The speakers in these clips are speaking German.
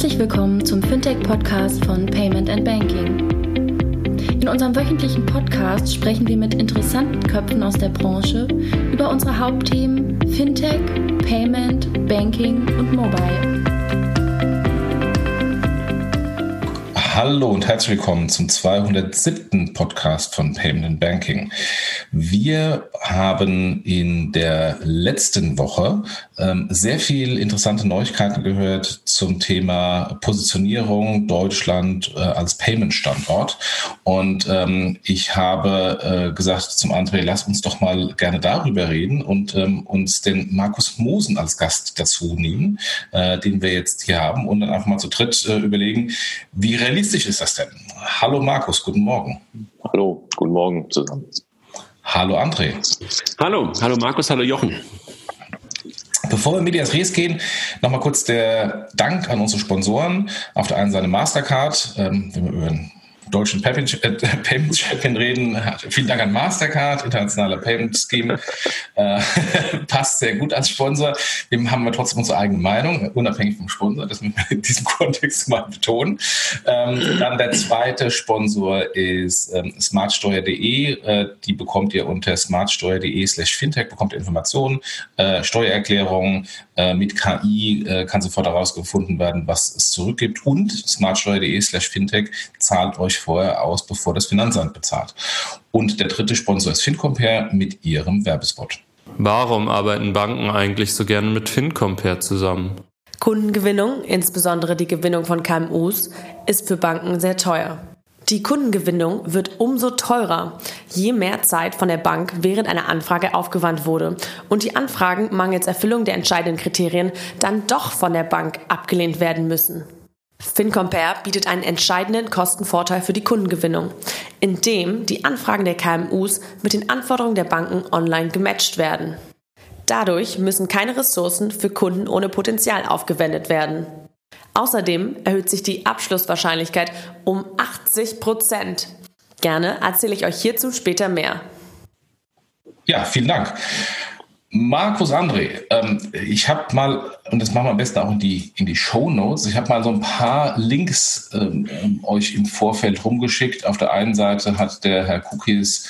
Herzlich willkommen zum Fintech-Podcast von Payment & Banking. In unserem wöchentlichen Podcast sprechen wir mit interessanten Köpfen aus der Branche über unsere Hauptthemen Fintech, Payment, Banking und Mobile. Hallo und herzlich willkommen zum 207. Podcast von Payment & Banking. Wir haben in der letzten Woche sehr viel interessante Neuigkeiten gehört zum Thema Positionierung Deutschland als Payment-Standort. Und ich habe gesagt zum André, lass uns doch mal gerne darüber reden und uns den Markus Mosen als Gast dazu nehmen, den wir jetzt hier haben und dann einfach mal zu dritt überlegen, wie realistisch ist das denn? Hallo Markus, guten Morgen. Hallo, guten Morgen zusammen. Hallo André. Hallo Markus, hallo Jochen. Bevor wir in Medias Res gehen, nochmal kurz der Dank an unsere Sponsoren. Auf der einen Seite Mastercard, wenn wir über den deutschen Payment Champion reden. Vielen Dank an Mastercard, internationaler Payment Scheme. Passt sehr gut als Sponsor. Wir haben trotzdem unsere eigene Meinung, unabhängig vom Sponsor. Das müssen wir in diesem Kontext mal betonen. Dann der zweite Sponsor ist smartsteuer.de. Die bekommt ihr unter smartsteuer.de/fintech, bekommt ihr Informationen, Steuererklärungen. Mit KI kann sofort herausgefunden werden, was es zurückgibt. Und smartsteuer.de/fintech zahlt euch vorher aus, bevor das Finanzamt bezahlt. Und der dritte Sponsor ist FinCompare mit ihrem Werbespot. Warum arbeiten Banken eigentlich so gerne mit FinCompare zusammen? Kundengewinnung, insbesondere die Gewinnung von KMUs, ist für Banken sehr teuer. Die Kundengewinnung wird umso teurer, je mehr Zeit von der Bank während einer Anfrage aufgewandt wurde und die Anfragen mangels Erfüllung der entscheidenden Kriterien dann doch von der Bank abgelehnt werden müssen. FinCompare bietet einen entscheidenden Kostenvorteil für die Kundengewinnung, indem die Anfragen der KMUs mit den Anforderungen der Banken online gematcht werden. Dadurch müssen keine Ressourcen für Kunden ohne Potenzial aufgewendet werden. Außerdem erhöht sich die Abschlusswahrscheinlichkeit um 80%. Gerne erzähle ich euch hierzu später mehr. Ja, vielen Dank. Markus, André, ich habe mal, und das machen wir am besten auch in die Shownotes, ich habe mal so ein paar Links euch im Vorfeld rumgeschickt. Auf der einen Seite hat der Herr Kukis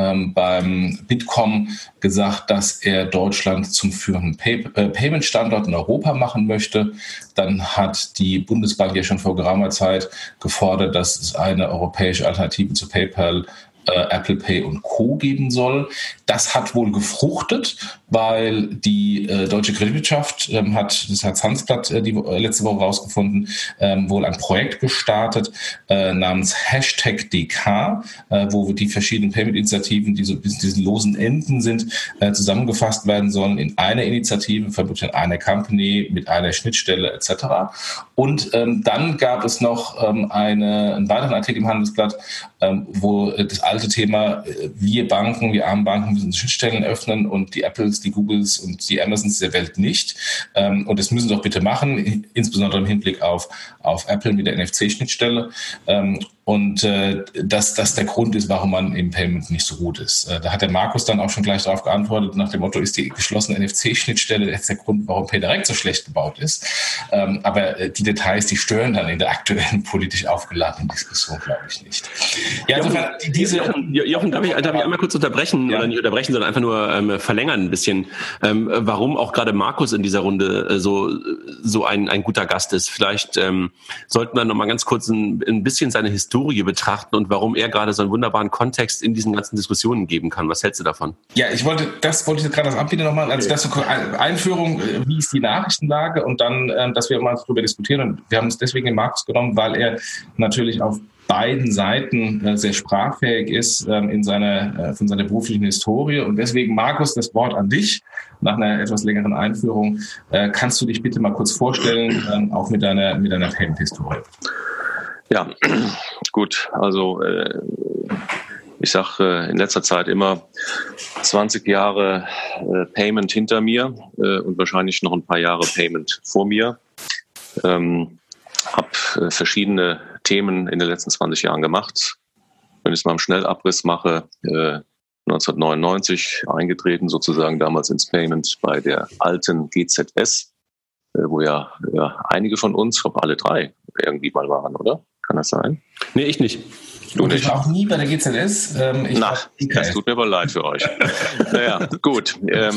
beim Bitkom gesagt, dass er Deutschland zum führenden Payment-Standort in Europa machen möchte. Dann hat die Bundesbank ja schon vor geraumer Zeit gefordert, dass es eine europäische Alternative zu PayPal, Apple Pay und Co. geben soll. Das hat wohl gefruchtet, weil die deutsche Kreditwirtschaft das hat Handelsblatt die letzte Woche rausgefunden, wohl ein Projekt gestartet namens #DK, wo die verschiedenen Payment-Initiativen, die so bis diesen losen Enden sind, zusammengefasst werden sollen in eine Initiative, vermutlich in eine Company mit einer Schnittstelle etc. Und dann gab es noch einen weiteren Artikel im Handelsblatt, wo das alte Thema, wir armen Banken müssen Schnittstellen öffnen und die Apples, die Googles und die Amazons der Welt nicht. Und das müssen sie doch bitte machen, insbesondere im Hinblick auf Apple mit der NFC-Schnittstelle. Und dass das der Grund ist, warum man im Payment nicht so gut ist. Da hat der Markus dann auch schon gleich darauf geantwortet, nach dem Motto, ist die geschlossene NFC-Schnittstelle jetzt der Grund, warum PayDirect so schlecht gebaut ist. Aber die Details, die stören dann in der aktuellen politisch aufgeladenen Diskussion, glaube ich, nicht. Ja, Jochen, darf ich einmal kurz unterbrechen, ja. Oder nicht unterbrechen, sondern einfach nur verlängern ein bisschen, warum auch gerade Markus in dieser Runde so ein guter Gast ist. Vielleicht sollten wir noch mal ganz kurz ein bisschen seine Historie betrachten und warum er gerade so einen wunderbaren Kontext in diesen ganzen Diskussionen geben kann. Was hältst du davon? Ja, ich wollte gerade das anbieten nochmal, als das Einführung, wie ist die Nachrichtenlage und dann, dass wir mal darüber diskutieren. Und wir haben uns deswegen den Markus genommen, weil er natürlich auf beiden Seiten sehr sprachfähig ist von seiner beruflichen Historie. Und deswegen, Markus, das Wort an dich. Nach einer etwas längeren Einführung kannst du dich bitte mal kurz vorstellen, auch mit deiner Payment-Historie. Ja, gut. Also ich sage in letzter Zeit immer 20 Jahre Payment hinter mir und wahrscheinlich noch ein paar Jahre Payment vor mir. Habe verschiedene Themen in den letzten 20 Jahren gemacht. Wenn ich es mal im Schnellabriss mache, 1999 eingetreten, sozusagen damals ins Payment bei der alten GZS. wo ja einige von uns, ich glaube alle 3, irgendwie mal waren, oder? Kann das sein? Nee, ich nicht. Du nicht. Ich war auch nie bei der GZS. Das tut mir aber leid für euch. Naja, gut.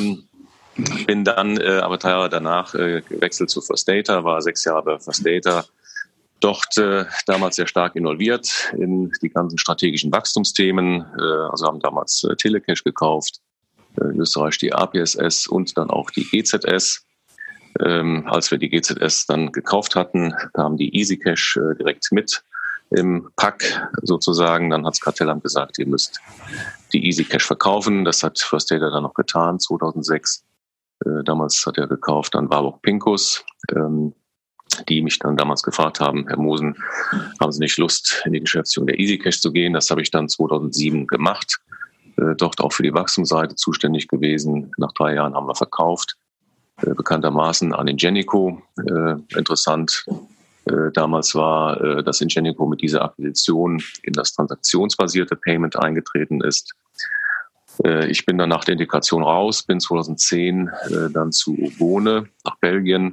Bin dann aber 3 Jahre danach gewechselt zu First Data, war 6 Jahre bei First Data. Dort damals sehr stark involviert in die ganzen strategischen Wachstumsthemen. Also haben damals Telecash gekauft, in Österreich die APSS und dann auch die GZS. Als wir die GZS dann gekauft hatten, kam die EasyCash direkt mit im Pack sozusagen. Dann hat das Kartellamt gesagt, ihr müsst die EasyCash verkaufen. Das hat First Data dann noch getan, 2006. Damals hat er gekauft dann Warburg Pincus, die mich dann damals gefragt haben, Herr Mosen, haben Sie nicht Lust, in die Geschäftsführung der EasyCash zu gehen? Das habe ich dann 2007 gemacht, dort auch für die Wachstumsseite zuständig gewesen. Nach 3 Jahren haben wir verkauft, bekanntermaßen an Ingenico. Interessant, damals war, dass Ingenico mit dieser Akquisition in das transaktionsbasierte Payment eingetreten ist. Ich bin dann nach der Integration raus, bin 2010 dann zu Obone nach Belgien,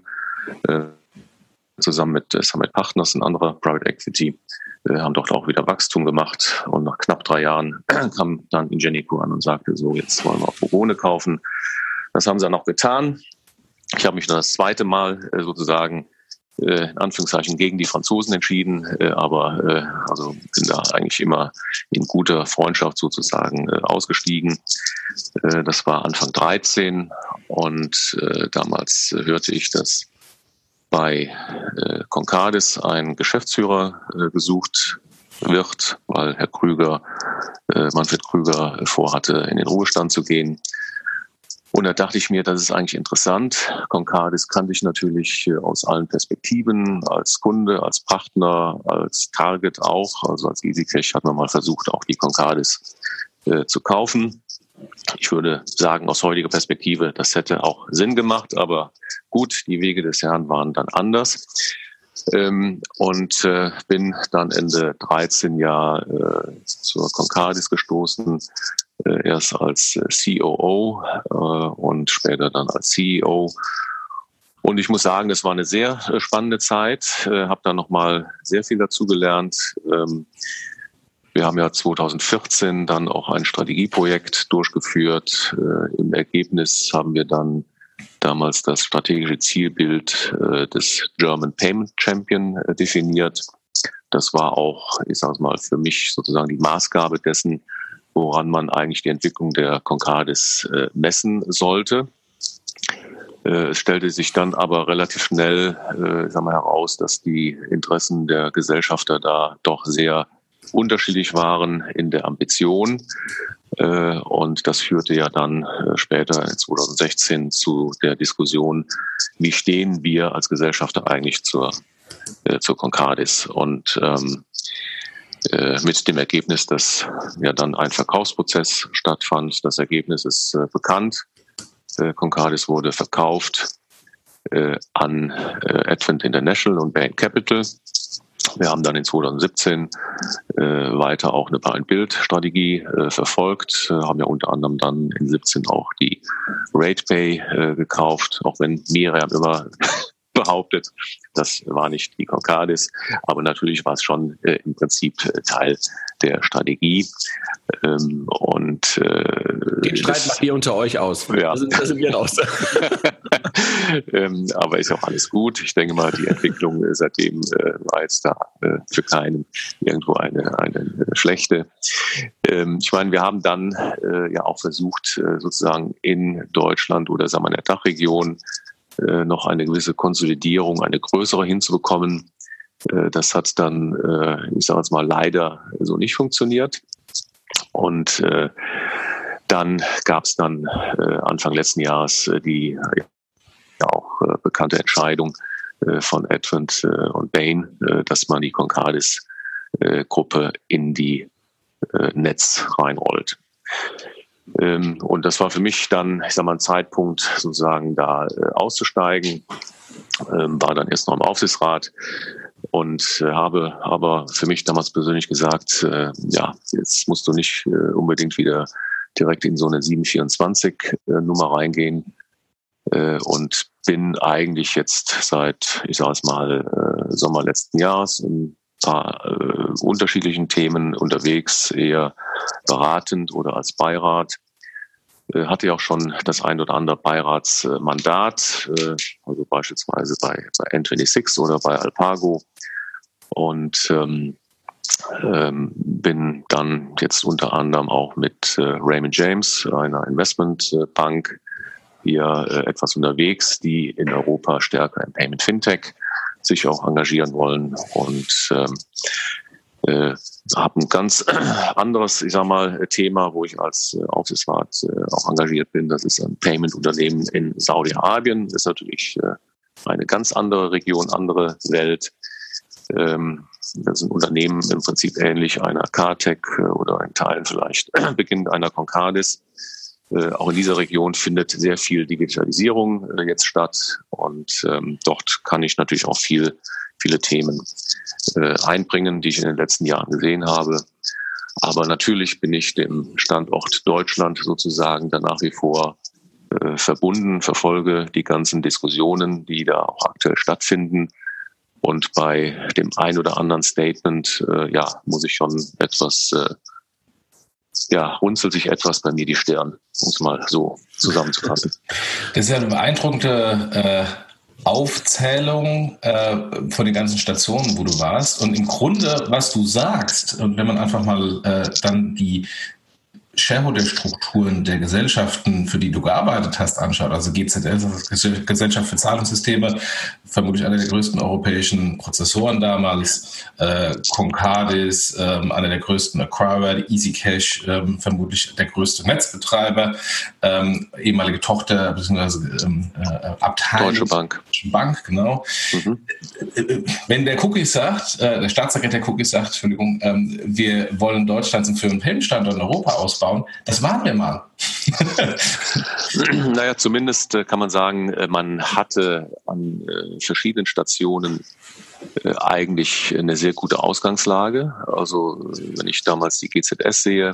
zusammen mit Summit Partners, ein anderer Private Equity, haben dort auch wieder Wachstum gemacht. Und nach knapp 3 Jahren kam dann Ingenico an und sagte, so, jetzt wollen wir auf Obone kaufen. Das haben sie dann auch getan. Ich habe mich dann das 2. Mal sozusagen in Anführungszeichen gegen die Franzosen entschieden, aber also bin da eigentlich immer in guter Freundschaft sozusagen ausgestiegen. Das war Anfang 2013 und damals hörte ich, dass bei Concardis ein Geschäftsführer gesucht wird, weil Herr Krüger, Manfred Krüger, vorhatte, in den Ruhestand zu gehen. Und da dachte ich mir, das ist eigentlich interessant. Concardis kannte ich natürlich aus allen Perspektiven, als Kunde, als Partner, als Target auch. Also als EasyCash hat man mal versucht, auch die Concardis zu kaufen. Ich würde sagen, aus heutiger Perspektive, das hätte auch Sinn gemacht, aber gut, die Wege des Herrn waren dann anders. Und bin dann Ende 13 zur Concardis gestoßen, erst als COO und später dann als CEO. Und ich muss sagen, das war eine sehr spannende Zeit, habe da nochmal sehr viel dazu gelernt. Wir haben ja 2014 dann auch ein Strategieprojekt durchgeführt. Im Ergebnis haben wir dann damals das strategische Zielbild des German Payment Champion definiert. Das war auch, ich sage es mal, für mich sozusagen die Maßgabe dessen, woran man eigentlich die Entwicklung der Concardis messen sollte. Es stellte sich dann aber relativ schnell heraus, dass die Interessen der Gesellschafter da doch sehr unterschiedlich waren in der Ambition. Und das führte ja dann später 2016 zu der Diskussion, wie stehen wir als Gesellschafter eigentlich zur Concardis? Und mit dem Ergebnis, dass ja dann ein Verkaufsprozess stattfand. Das Ergebnis ist bekannt. Concardis wurde verkauft an Advent International und Bain Capital. Wir haben dann in 2017 weiter auch eine Buy-and-Build-Strategie verfolgt, haben ja unter anderem dann in 2017 auch die RatePay gekauft, auch wenn Miriam immer behauptet, das war nicht die Concardis, aber natürlich war es schon im Prinzip Teil der Strategie. Und den Streit macht ihr unter euch aus. Ja. Da sind wir raus. Aber ist auch alles gut. Ich denke mal, die Entwicklung seitdem war jetzt da für keinen irgendwo eine schlechte. Ich meine, wir haben dann ja auch versucht, sozusagen in Deutschland oder sagen wir in der Dachregion noch eine gewisse Konsolidierung, eine größere hinzubekommen. Das hat dann, ich sage jetzt mal, leider so nicht funktioniert. Und dann gab es dann Anfang letzten Jahres die ja auch bekannte Entscheidung von Advent und Bain, dass man die Concardis-Gruppe in die Netz reinrollt. Und das war für mich dann, ich sag mal, ein Zeitpunkt, sozusagen da auszusteigen. War dann erst noch im Aufsichtsrat und habe aber für mich damals persönlich gesagt, ja, jetzt musst du nicht unbedingt wieder direkt in so eine 724-Nummer reingehen. Und bin eigentlich jetzt seit, ich sage es mal, Sommer letzten Jahres in ein paar unterschiedlichen Themen unterwegs, eher beratend oder als Beirat. Hatte ja auch schon das ein oder andere Beiratsmandat, also beispielsweise bei N26 oder bei Alpago. Und bin dann jetzt unter anderem auch mit Raymond James, einer Investmentbank, hier etwas unterwegs, die in Europa stärker im Payment Fintech sich auch engagieren wollen und habe ein ganz anderes, ich sag mal, Thema, wo ich als Aufsichtsrat auch engagiert bin. Das ist ein Payment-Unternehmen in Saudi-Arabien. Das ist natürlich eine ganz andere Region, andere Welt. Das ist ein Unternehmen im Prinzip ähnlich einer Cartec oder in Teilen vielleicht Beginn einer Concardis. Auch in dieser Region findet sehr viel Digitalisierung jetzt statt und dort kann ich natürlich auch viele Themen einbringen, die ich in den letzten Jahren gesehen habe. Aber natürlich bin ich dem Standort Deutschland sozusagen dann nach wie vor verbunden, verfolge die ganzen Diskussionen, die da auch aktuell stattfinden. Und bei dem ein oder anderen Statement, muss ich schon etwas, runzelt sich etwas bei mir die Stirn, um es mal so zusammenzufassen. Das ist ja eine beeindruckende Aufzählung von den ganzen Stationen, wo du warst. Und im Grunde, was du sagst, und wenn man einfach mal dann die Shareholder-Strukturen der Gesellschaften, für die du gearbeitet hast, anschaut, also GZS, Gesellschaft für Zahlungssysteme, vermutlich einer der größten europäischen Prozessoren damals, Concardis, einer der größten Acquirer, EasyCash, vermutlich der größte Netzbetreiber, ehemalige Tochter bzw. Abteilung. Deutsche Bank, genau. Mhm. Wenn der Cookie sagt, der Staatssekretär Cookie sagt, Entschuldigung, wir wollen Deutschland zum führenden Payment-Standort in Europa ausbauen, das waren wir mal. Naja, zumindest kann man sagen, man hatte an verschiedenen Stationen eigentlich eine sehr gute Ausgangslage. Also wenn ich damals die GZS sehe,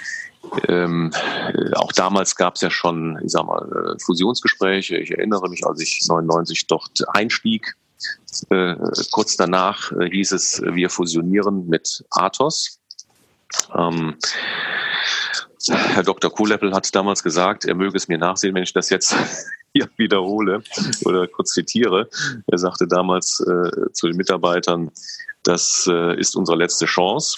auch damals gab es ja schon, ich sag mal, Fusionsgespräche. Ich erinnere mich, als ich 99 dort einstieg. Kurz danach hieß es, wir fusionieren mit Athos. Herr Dr. Kohleppel hat damals gesagt, er möge es mir nachsehen, wenn ich das jetzt hier wiederhole oder kurz zitiere. Er sagte damals zu den Mitarbeitern, das ist unsere letzte Chance.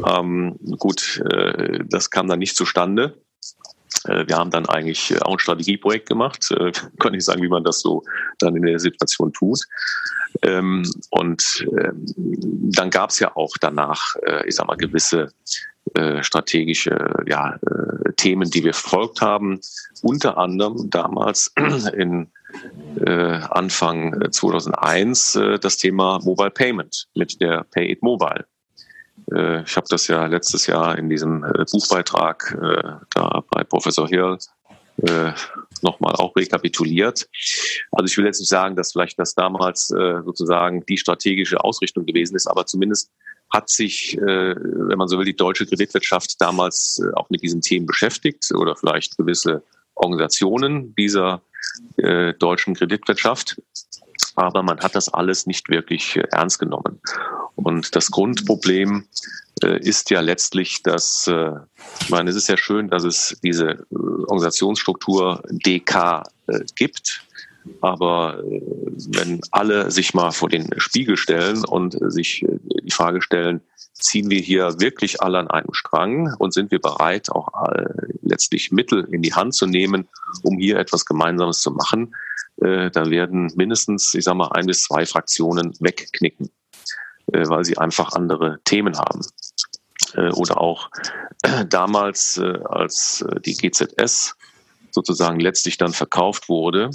Das kam dann nicht zustande. Wir haben dann eigentlich auch ein Strategieprojekt gemacht. Kann nicht sagen, wie man das so dann in der Situation tut. Dann gab es ja auch danach, gewisse strategische Themen, die wir verfolgt haben. Unter anderem damals in Anfang 2001 das Thema Mobile Payment mit der Pay It Mobile. Ich habe das ja letztes Jahr in diesem Buchbeitrag da bei Professor Hill nochmal auch rekapituliert. Also ich will jetzt nicht sagen, dass vielleicht das damals sozusagen die strategische Ausrichtung gewesen ist, aber zumindest hat sich, wenn man so will, die deutsche Kreditwirtschaft damals auch mit diesen Themen beschäftigt oder vielleicht gewisse Organisationen dieser deutschen Kreditwirtschaft. Aber man hat das alles nicht wirklich ernst genommen. Und das Grundproblem ist ja letztlich, dass, es ist ja schön, dass es diese Organisationsstruktur DK gibt. Aber wenn alle sich mal vor den Spiegel stellen und sich die Frage stellen, ziehen wir hier wirklich alle an einem Strang und sind wir bereit, auch letztlich Mittel in die Hand zu nehmen, um hier etwas Gemeinsames zu machen, dann werden mindestens, 1 bis 2 Fraktionen wegknicken, weil sie einfach andere Themen haben. Oder auch damals, als die GZS sozusagen letztlich dann verkauft wurde,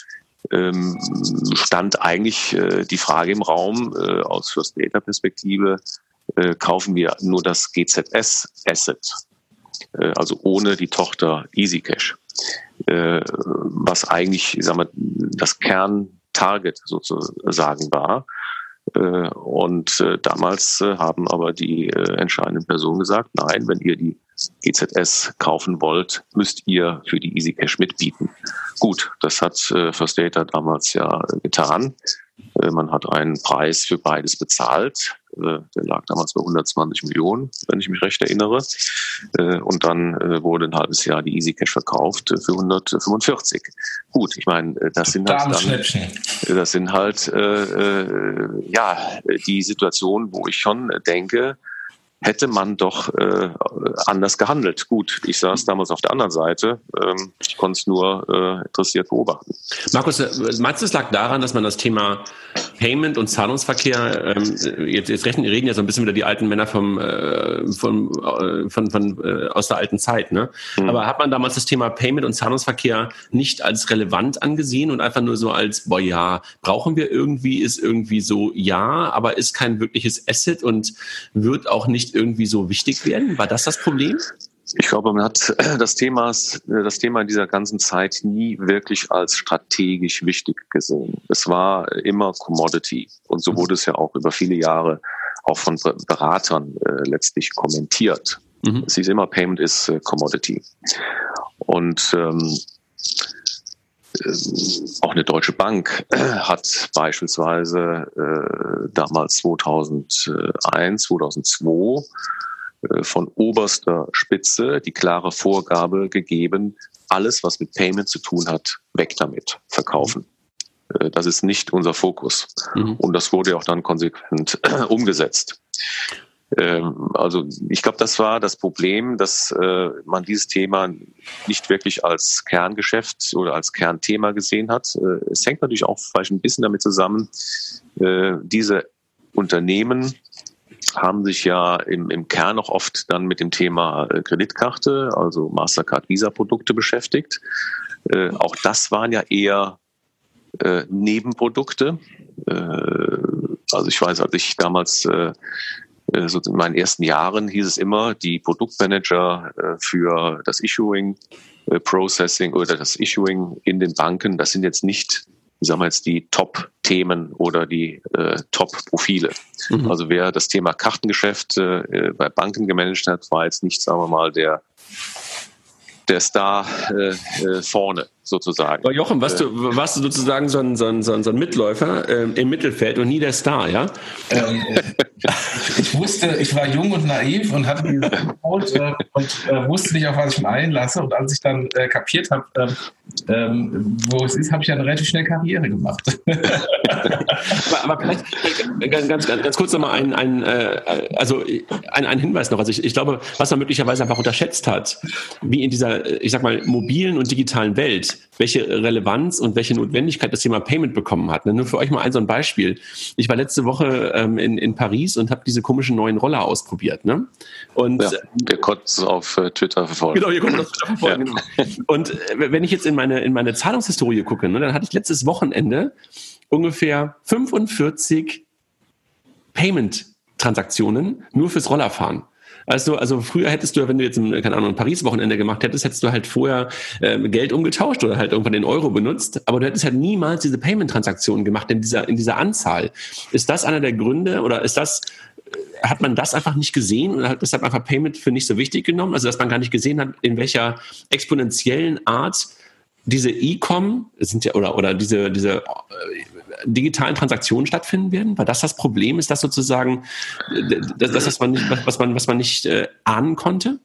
stand eigentlich die Frage im Raum aus First Data Perspektive, kaufen wir nur das GZS-Asset, also ohne die Tochter EasyCash, was eigentlich das Kerntarget sozusagen war. Und damals haben aber die entscheidenden Personen gesagt, nein, wenn ihr die GZS kaufen wollt, müsst ihr für die EasyCash mitbieten. Gut, das hat First Data damals ja getan. Man hat einen Preis für beides bezahlt. Der lag damals bei 120 Millionen, wenn ich mich recht erinnere. Und dann wurde ein halbes Jahr die EasyCash verkauft für 145. Gut, ich meine, das sind halt die Situationen, wo ich schon denke, hätte man doch anders gehandelt. Gut, ich saß damals auf der anderen Seite. Ich konnte es nur interessiert beobachten. Markus, meinst du, es lag daran, dass man das Thema Payment und Zahlungsverkehr, jetzt reden ja so ein bisschen wieder die alten Männer aus der alten Zeit, ne? Mhm. Aber hat man damals das Thema Payment und Zahlungsverkehr nicht als relevant angesehen und einfach nur so als, brauchen wir irgendwie, ist irgendwie so, aber ist kein wirkliches Asset und wird auch nicht irgendwie so wichtig werden? War das Problem? Ich glaube, man hat das Thema in dieser ganzen Zeit nie wirklich als strategisch wichtig gesehen. Es war immer Commodity. Und so wurde es ja auch über viele Jahre auch von Beratern letztlich kommentiert. Mhm. Es hieß immer, Payment ist Commodity. Und auch eine Deutsche Bank hat beispielsweise damals 2001, 2002 von oberster Spitze die klare Vorgabe gegeben, alles, was mit Payment zu tun hat, weg damit, verkaufen. Das ist nicht unser Fokus. Mhm. Und das wurde auch dann konsequent umgesetzt. Also ich glaube, das war das Problem, dass man dieses Thema nicht wirklich als Kerngeschäft oder als Kernthema gesehen hat. Es hängt natürlich auch vielleicht ein bisschen damit zusammen, diese Unternehmen haben sich ja im Kern auch oft dann mit dem Thema Kreditkarte, also Mastercard, Visa-Produkte beschäftigt. Auch das waren ja eher Nebenprodukte. Also ich weiß, als ich damals so in meinen ersten Jahren hieß es immer, die Produktmanager für das Issuing, Processing oder das Issuing in den Banken, das sind jetzt nicht, sagen wir jetzt, die Top-Themen oder die Top-Profile. Mhm. Also wer das Thema Kartengeschäft bei Banken gemanagt hat, war jetzt nicht, sagen wir mal, der Star vorne sozusagen. Aber Jochen, warst du sozusagen so ein Mitläufer im Mittelfeld und nie der Star, ja? Ich wusste, ich war jung und naiv und hatte diese Antwort und wusste nicht, auf was ich mich einlasse. Und als ich dann kapiert habe, wo es ist, habe ich eine relativ schnell Karriere gemacht. aber vielleicht ganz kurz nochmal ein Hinweis noch. Also ich glaube, was man möglicherweise einfach unterschätzt hat, wie in dieser, ich sag mal, mobilen und digitalen Welt, welche Relevanz und welche Notwendigkeit das Thema Payment bekommen hat. Nur für euch mal so ein Beispiel. Ich war letzte Woche in Paris und habe diese komischen neuen Roller ausprobiert. Ne? Und wir konnten es auf Twitter verfolgen. Genau, ihr konntet es auf Twitter verfolgen. Ja. Genau. Und wenn ich jetzt in meine Zahlungshistorie gucke, ne, dann hatte ich letztes Wochenende ungefähr 45 Payment-Transaktionen nur fürs Rollerfahren. Also früher hättest du, wenn du jetzt ein Paris-Wochenende gemacht hättest du halt vorher Geld umgetauscht oder halt irgendwann den Euro benutzt, aber du hättest halt niemals diese Payment-Transaktionen gemacht in dieser Anzahl. Ist das einer der Gründe oder hat man das einfach nicht gesehen oder hat deshalb einfach Payment für nicht so wichtig genommen? Also dass man gar nicht gesehen hat, in welcher exponentiellen Art diese E-Com sind ja oder diese digitalen Transaktionen stattfinden werden? War das Problem? Ist das sozusagen das was man nicht ahnen konnte?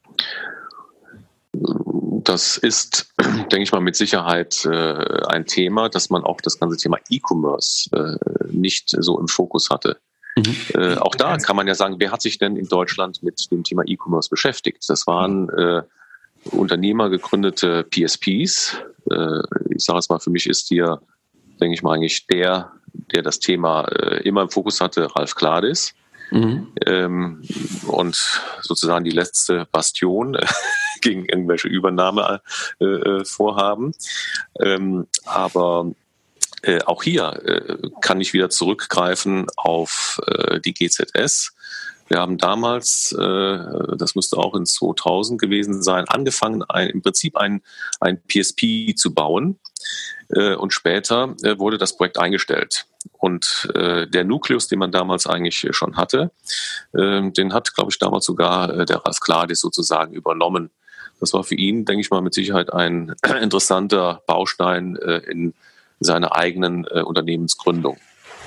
Das ist, denke ich mal, mit Sicherheit ein Thema, dass man auch das ganze Thema E-Commerce nicht so im Fokus hatte. Mhm. Auch da kann man ja sagen, wer hat sich denn in Deutschland mit dem Thema E-Commerce beschäftigt? Das waren unternehmergegründete PSPs. Ich sage es mal, für mich ist hier, denke ich mal, eigentlich der das Thema immer im Fokus hatte, Ralf Kladis. Mhm. Und sozusagen die letzte Bastion gegen irgendwelche Übernahmevorhaben. Aber auch hier kann ich wieder zurückgreifen auf die GZS. Wir haben damals, das müsste auch in 2000 gewesen sein, angefangen, im Prinzip ein PSP zu bauen. Und später wurde das Projekt eingestellt. Und der Nukleus, den man damals eigentlich schon hatte, den hat, glaube ich, damals sogar der Ralf Kladis sozusagen übernommen. Das war für ihn, denke ich mal, mit Sicherheit ein interessanter Baustein in seiner eigenen Unternehmensgründung.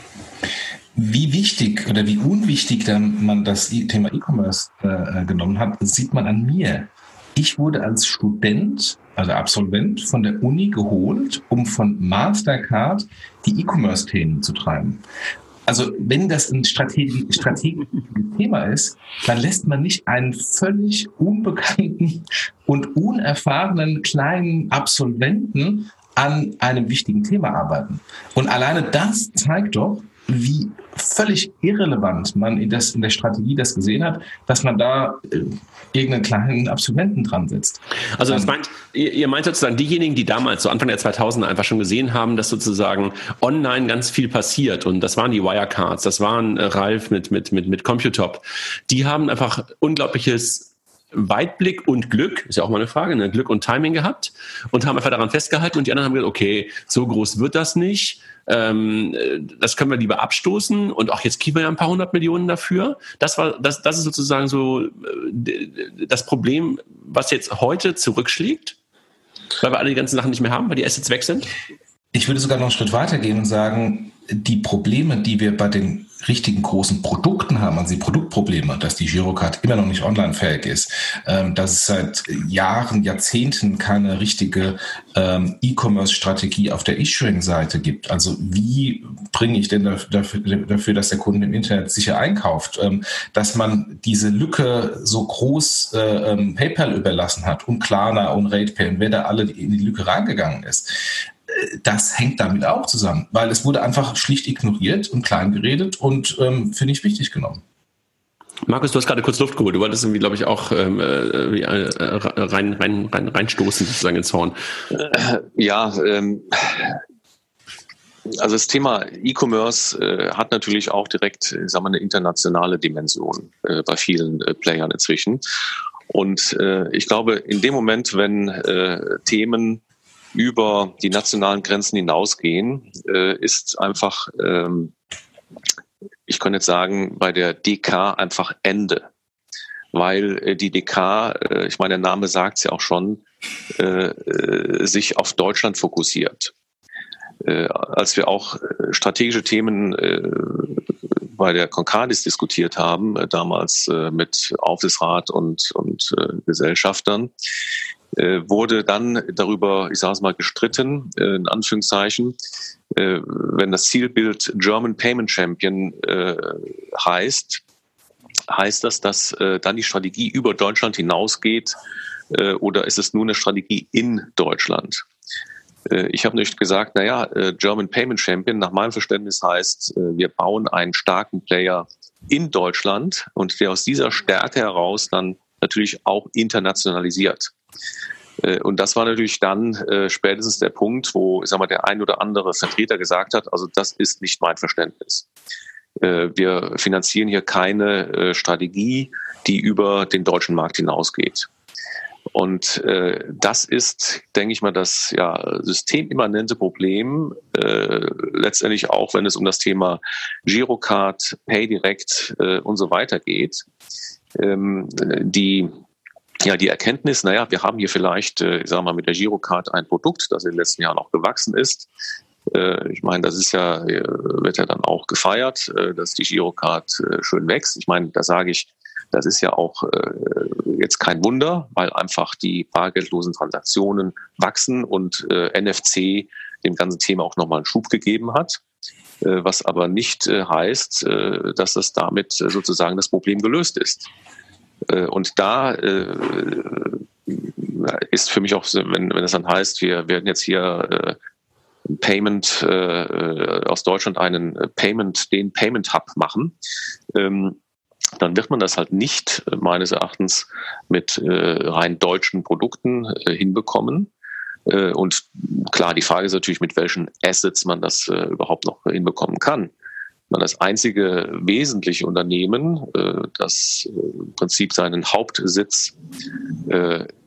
Wie wichtig oder wie unwichtig dann man das Thema E-Commerce genommen hat, sieht man an mir. Ich wurde als Student, also Absolvent von der Uni geholt, um von Mastercard die E-Commerce-Themen zu treiben. Also wenn das ein strategisches Thema ist, dann lässt man nicht einen völlig unbekannten und unerfahrenen kleinen Absolventen an einem wichtigen Thema arbeiten. Und alleine das zeigt doch, wie völlig irrelevant man in der Strategie das gesehen hat, dass man da irgendeinen kleinen Absolventen dran setzt. Also das ihr meint sozusagen diejenigen, die damals, so Anfang der 2000er einfach schon gesehen haben, dass sozusagen online ganz viel passiert, und das waren die Wirecards, das waren Ralf mit Computop, die haben einfach unglaubliches Weitblick und Glück, ist ja auch mal eine Frage, ne? Glück und Timing gehabt und haben einfach daran festgehalten, und die anderen haben gesagt, okay, so groß wird das nicht, das können wir lieber abstoßen, und auch jetzt kriegen wir ja ein paar 100 Millionen dafür. Das ist sozusagen so das Problem, was jetzt heute zurückschlägt, weil wir alle die ganzen Sachen nicht mehr haben, weil die Assets weg sind. Ich würde sogar noch einen Schritt weiter gehen und sagen, die Probleme, die wir bei den richtigen großen Produkten haben, also die Produktprobleme, dass die Girocard immer noch nicht online-fähig ist, dass es seit Jahren, Jahrzehnten keine richtige E-Commerce-Strategie auf der Issuing-Seite gibt. Also wie bringe ich denn dafür, dass der Kunde im Internet sicher einkauft? Dass man diese Lücke so groß PayPal überlassen hat und Klarna und RatePay und wer da alle in die Lücke reingegangen ist. Das hängt damit auch zusammen, weil es wurde einfach schlicht ignoriert und klein geredet und für nicht wichtig genommen. Markus, du hast gerade kurz Luft geholt. Du wolltest irgendwie, glaube ich, auch reinstoßen sozusagen ins Horn. Also das Thema E-Commerce hat natürlich auch direkt, eine internationale Dimension bei vielen Playern inzwischen. Und ich glaube, in dem Moment, wenn Themen über die nationalen Grenzen hinausgehen, ist einfach, ich kann jetzt sagen, bei der DK einfach Ende. Weil die DK, ich meine, der Name sagt es ja auch schon, sich auf Deutschland fokussiert. Als wir auch strategische Themen bei der Concardis diskutiert haben, damals mit Aufsichtsrat und Gesellschaftern, wurde dann darüber, ich sage es mal, gestritten, in Anführungszeichen, wenn das Zielbild German Payment Champion heißt das, dass dann die Strategie über Deutschland hinausgeht, oder ist es nur eine Strategie in Deutschland? Ich habe nicht gesagt, German Payment Champion nach meinem Verständnis heißt, wir bauen einen starken Player in Deutschland und der aus dieser Stärke heraus dann natürlich auch internationalisiert. Und das war natürlich dann spätestens der Punkt, wo, der ein oder andere Vertreter gesagt hat, also das ist nicht mein Verständnis. Wir finanzieren hier keine Strategie, die über den deutschen Markt hinausgeht. Und das ist, denke ich mal, das systemimmanente Problem, letztendlich auch, wenn es um das Thema Girocard, PayDirect und so weiter geht. Die Erkenntnis, wir haben hier vielleicht, mit der Girocard ein Produkt, das in den letzten Jahren auch gewachsen ist. Ich meine, das ist wird ja dann auch gefeiert, dass die Girocard schön wächst. Ich meine, da sage ich, das ist ja auch jetzt kein Wunder, weil einfach die bargeldlosen Transaktionen wachsen und NFC dem ganzen Thema auch nochmal einen Schub gegeben hat. Was aber nicht heißt, dass das damit sozusagen das Problem gelöst ist. Und da ist für mich auch, wenn es dann heißt, wir werden jetzt hier Payment aus Deutschland den Payment Hub machen, dann wird man das halt nicht meines Erachtens mit rein deutschen Produkten hinbekommen. Und klar, die Frage ist natürlich, mit welchen Assets man das überhaupt noch hinbekommen kann. Das einzige wesentliche Unternehmen, das im Prinzip seinen Hauptsitz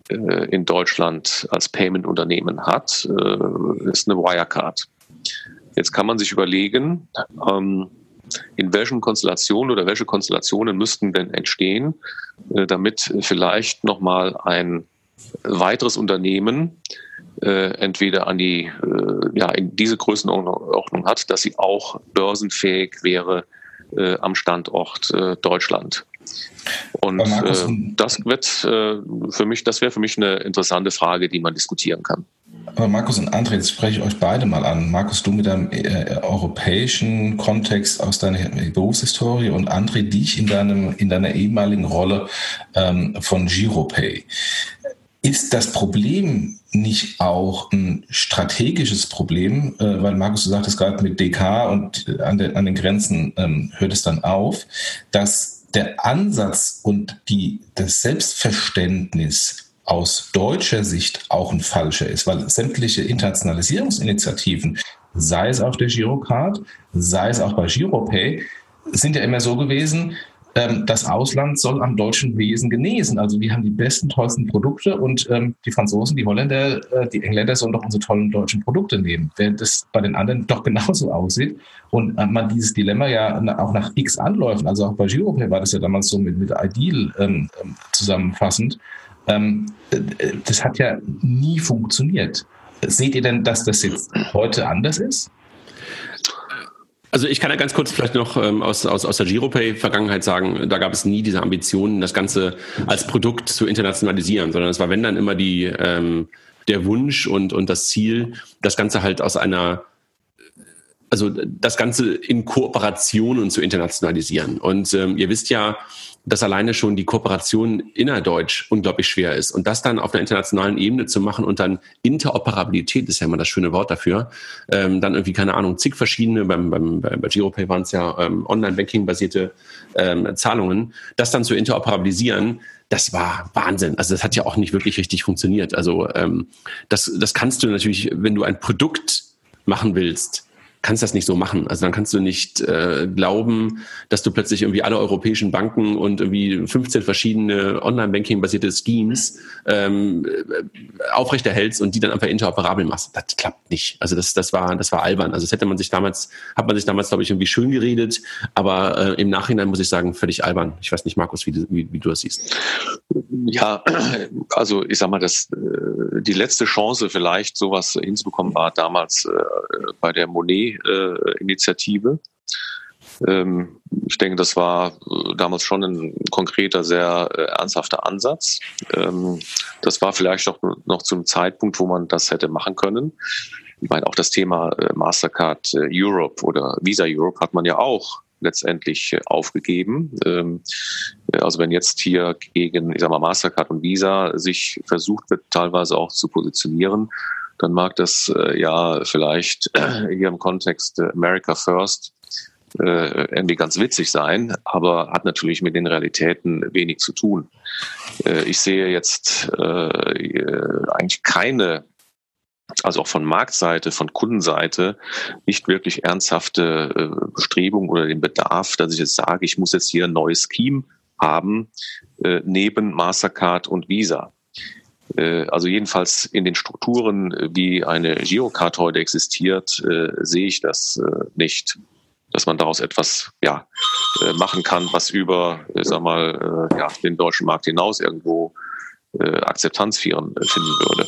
in Deutschland als Payment-Unternehmen hat, ist eine Wirecard. Jetzt kann man sich überlegen, in welchen Konstellationen oder welche Konstellationen müssten denn entstehen, damit vielleicht nochmal ein weiteres Unternehmen entweder an die in diese Größenordnung hat, dass sie auch börsenfähig wäre am Standort Deutschland. Und das wäre für mich eine interessante Frage, die man diskutieren kann. Aber Markus und André, jetzt spreche ich euch beide mal an. Markus, du mit deinem europäischen Kontext aus deiner Berufshistorie und André, dich in deiner ehemaligen Rolle von Giropay. Ist das Problem nicht auch ein strategisches Problem? Weil Markus, du sagtest gerade mit DK und an den Grenzen hört es dann auf, dass der Ansatz und das Selbstverständnis aus deutscher Sicht auch ein falscher ist, weil sämtliche Internationalisierungsinitiativen, sei es auf der Girocard, sei es auch bei Giropay, sind ja immer so gewesen, das Ausland soll am deutschen Wesen genesen. Also wir haben die besten, tollsten Produkte und die Franzosen, die Holländer, die Engländer sollen doch unsere tollen deutschen Produkte nehmen, während das bei den anderen doch genauso aussieht und man dieses Dilemma ja auch nach X anläuft. Also auch bei Giropay war das ja damals so mit Ideal zusammenfassend. Das hat ja nie funktioniert. Seht ihr denn, dass das jetzt heute anders ist? Also ich kann ja ganz kurz vielleicht noch aus der Giropay-Vergangenheit sagen, da gab es nie diese Ambitionen, das Ganze als Produkt zu internationalisieren, sondern es war, wenn dann immer der Wunsch und das Ziel, das Ganze halt das Ganze in Kooperationen zu internationalisieren. Und ihr wisst ja, dass alleine schon die Kooperation innerdeutsch unglaublich schwer ist. Und das dann auf einer internationalen Ebene zu machen und dann Interoperabilität, ist ja immer das schöne Wort dafür, dann irgendwie, keine Ahnung, zig verschiedene, bei Giropay waren es ja Online-Banking-basierte Zahlungen, das dann zu interoperabilisieren, das war Wahnsinn. Also das hat ja auch nicht wirklich richtig funktioniert. Also das kannst du natürlich, wenn du ein Produkt machen willst, kannst das nicht so machen. Also dann kannst du nicht glauben, dass du plötzlich irgendwie alle europäischen Banken und irgendwie 15 verschiedene Online-Banking-basierte Schemes aufrechterhältst und die dann einfach interoperabel machst. Das klappt nicht. Also das war albern. Also das hat man sich damals, glaube ich, irgendwie schön geredet, aber im Nachhinein muss ich sagen, völlig albern. Ich weiß nicht, Markus, wie du das siehst. Ja, also ich sag mal, die letzte Chance vielleicht sowas hinzubekommen war damals bei der Monet-Initiative. Ich denke, das war damals schon ein konkreter, sehr ernsthafter Ansatz. Das war vielleicht auch noch zum Zeitpunkt, wo man das hätte machen können. Ich meine, auch das Thema Mastercard Europe oder Visa Europe hat man ja auch letztendlich aufgegeben. Also wenn jetzt hier gegen, ich sag mal, Mastercard und Visa sich versucht wird, teilweise auch zu positionieren, dann mag das ja vielleicht hier im Kontext America First irgendwie ganz witzig sein, aber hat natürlich mit den Realitäten wenig zu tun. Ich sehe jetzt eigentlich keine, also auch von Marktseite, von Kundenseite, nicht wirklich ernsthafte Bestrebung oder den Bedarf, dass ich jetzt sage, ich muss jetzt hier ein neues Scheme haben, neben Mastercard und Visa. Also jedenfalls in den Strukturen, wie eine Girocard heute existiert, sehe ich das nicht, dass man daraus etwas machen kann, was über, den deutschen Markt hinaus irgendwo Akzeptanz finden würde.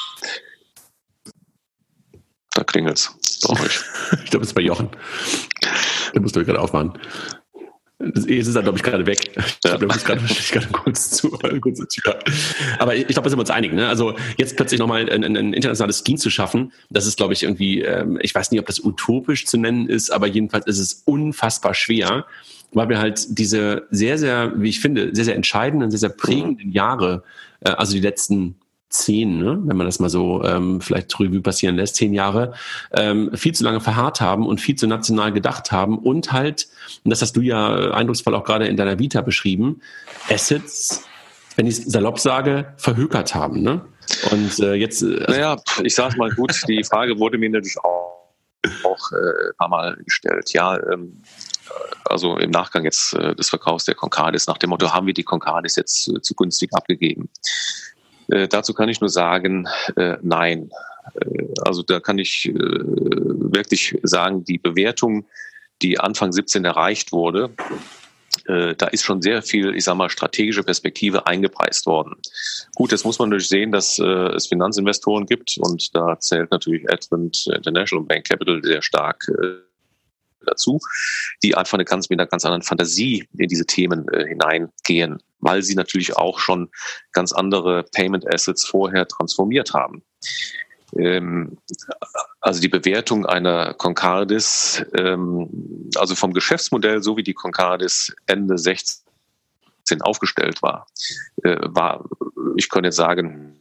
Da klingelt's bei euch. Ich glaube, es ist bei Jochen. Da musst du gerade aufmachen. Jetzt ist er, glaube ich, gerade weg. Ich glaube, da muss gerade kurz zur Tür. Aber ich glaube, da sind wir uns einig. Ne? Also jetzt plötzlich nochmal ein internationales Scheme zu schaffen, das ist, glaube ich, irgendwie, ich weiß nicht, ob das utopisch zu nennen ist, aber jedenfalls ist es unfassbar schwer, weil wir halt diese sehr, sehr, wie ich finde, sehr, sehr entscheidenden, sehr, sehr prägenden Jahre, also die letzten 10, ne, wenn man das mal so vielleicht Revue passieren lässt, 10 Jahre, viel zu lange verharrt haben und viel zu national gedacht haben und halt, und das hast du ja eindrucksvoll auch gerade in deiner Vita beschrieben, Assets, wenn ich es salopp sage, verhökert haben. Ne? Und jetzt... naja, ich sage mal gut, die Frage wurde mir natürlich auch ein paar Mal gestellt. Ja, also im Nachgang jetzt des Verkaufs der Concardis, nach dem Motto, haben wir die Concardis jetzt zu günstig abgegeben? Dazu kann ich nur sagen, nein. Also da kann ich wirklich sagen, die Bewertung, die Anfang 17 erreicht wurde, da ist schon sehr viel, ich sag mal, strategische Perspektive eingepreist worden. Gut, jetzt muss man natürlich sehen, dass es Finanzinvestoren gibt und da zählt natürlich Advent International Bank Capital sehr stark dazu, die einfach mit einer ganz anderen Fantasie in diese Themen hineingehen, weil sie natürlich auch schon ganz andere Payment Assets vorher transformiert haben. Also die Bewertung einer Concardis, also vom Geschäftsmodell, so wie die Concardis Ende 16 aufgestellt war, ich könnte jetzt sagen,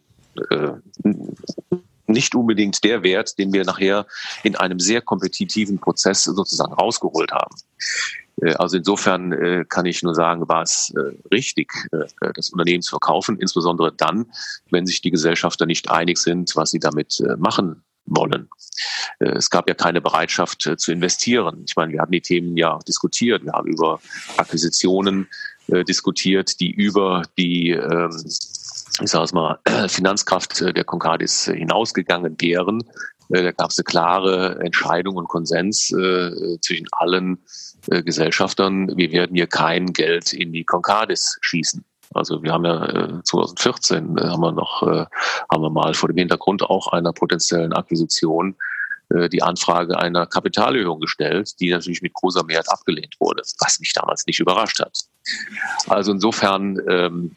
nicht unbedingt der Wert, den wir nachher in einem sehr kompetitiven Prozess sozusagen rausgeholt haben. Also insofern kann ich nur sagen, war es richtig, das Unternehmen zu verkaufen, insbesondere dann, wenn sich die Gesellschafter nicht einig sind, was sie damit machen wollen. Es gab ja keine Bereitschaft zu investieren. Ich meine, wir hatten die Themen ja diskutiert. Wir haben über Akquisitionen diskutiert, die über die ich sage es mal, Finanzkraft der Concardis hinausgegangen wären. Da gab es eine klare Entscheidung und Konsens zwischen allen Gesellschaftern. Wir werden hier kein Geld in die Concardis schießen. Also wir haben ja 2014 haben wir mal vor dem Hintergrund auch einer potenziellen Akquisition die Anfrage einer Kapitalerhöhung gestellt, die natürlich mit großer Mehrheit abgelehnt wurde, was mich damals nicht überrascht hat. Also insofern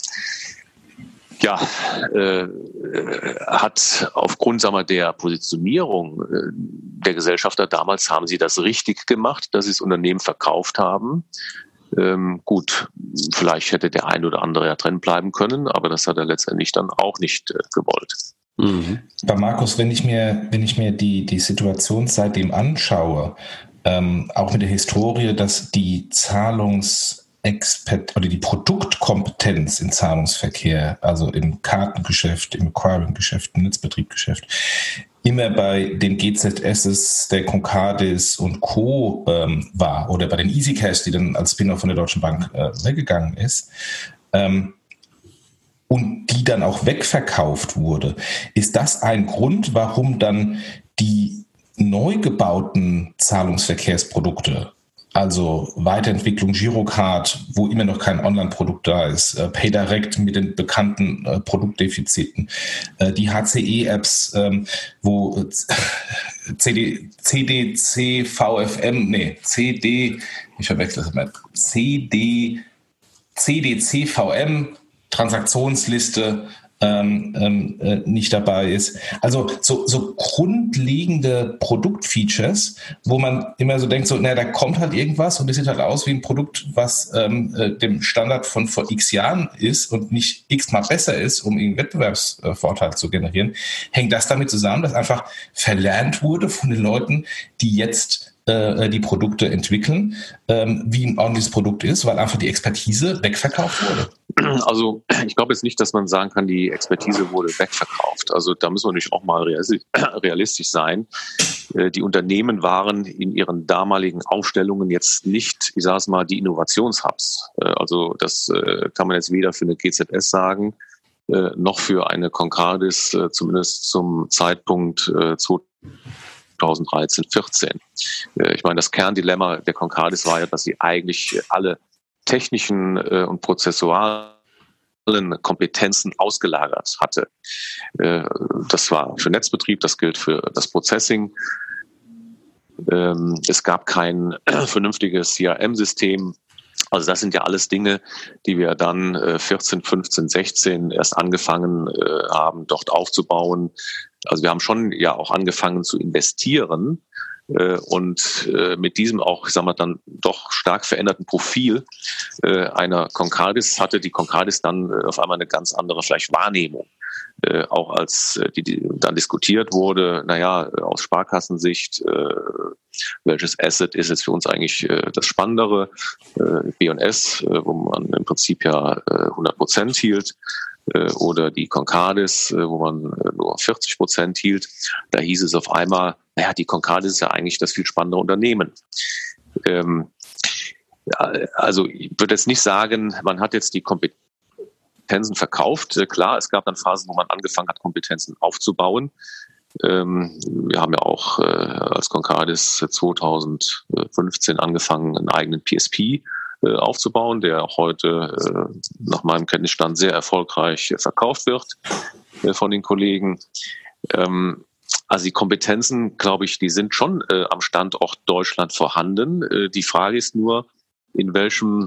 hat aufgrund, sagen wir, der Positionierung der Gesellschafter damals, haben sie das richtig gemacht, dass sie das Unternehmen verkauft haben. Gut, vielleicht hätte der ein oder andere ja drin bleiben können, aber das hat er letztendlich dann auch nicht gewollt. Mhm. Bei Markus, wenn ich mir die Situation seitdem anschaue, auch mit der Historie, dass die oder die Produktkompetenz im Zahlungsverkehr, also im Kartengeschäft, im Acquiring-Geschäft, im Netzbetriebsgeschäft, immer bei den GZSs, der Concardis und Co. War oder bei den EasyCash, die dann als Spin-off von der Deutschen Bank weggegangen ist, und die dann auch wegverkauft wurde. Ist das ein Grund, warum dann die neu gebauten Zahlungsverkehrsprodukte, also Weiterentwicklung Girocard, wo immer noch kein Online-Produkt da ist, PayDirect mit den bekannten Produktdefiziten, die HCE-Apps, wo CDCVM, Transaktionsliste nicht dabei ist. Also so grundlegende Produktfeatures, wo man immer so denkt, da kommt halt irgendwas und das sieht halt aus wie ein Produkt, was dem Standard von vor x Jahren ist und nicht x-mal besser ist, um einen Wettbewerbsvorteil zu generieren. Hängt das damit zusammen, dass einfach verlernt wurde von den Leuten, die jetzt die Produkte entwickeln, wie ein ordentliches Produkt ist, weil einfach die Expertise wegverkauft wurde? Also ich glaube jetzt nicht, dass man sagen kann, die Expertise wurde wegverkauft. Also da müssen wir natürlich auch mal realistisch sein. Die Unternehmen waren in ihren damaligen Aufstellungen jetzt nicht, ich sage es mal, die Innovationshubs. Also das kann man jetzt weder für eine GZS sagen, noch für eine Concardis, zumindest zum Zeitpunkt 2013, 14. Ich meine, das Kerndilemma der Concardis war ja, dass sie eigentlich alle technischen und prozessualen Kompetenzen ausgelagert hatte. Das war für Netzbetrieb, das gilt für das Processing. Es gab kein vernünftiges CRM-System. Also das sind ja alles Dinge, die wir dann 14, 15, 16 erst angefangen haben, dort aufzubauen. Also wir haben schon ja auch angefangen zu investieren und mit diesem auch, sagen wir, dann doch stark veränderten Profil einer Concardis hatte die Concardis dann auf einmal eine ganz andere vielleicht Wahrnehmung. Auch als die dann diskutiert wurde, aus Sparkassensicht, welches Asset ist jetzt für uns eigentlich das Spannendere, B&S, wo man im Prinzip ja 100% hielt, oder die Concardis, wo man nur 40% hielt. Da hieß es auf einmal, die Concardis ist ja eigentlich das viel spannendere Unternehmen. Also ich würde jetzt nicht sagen, man hat jetzt die Kompetenz Kompetenzen verkauft. Klar, es gab dann Phasen, wo man angefangen hat, Kompetenzen aufzubauen. Wir haben ja auch als Concardis 2015 angefangen, einen eigenen PSP aufzubauen, der auch heute nach meinem Kenntnisstand sehr erfolgreich verkauft wird von den Kollegen. Also die Kompetenzen, glaube ich, die sind schon am Standort Deutschland vorhanden. Die Frage ist nur, in welcher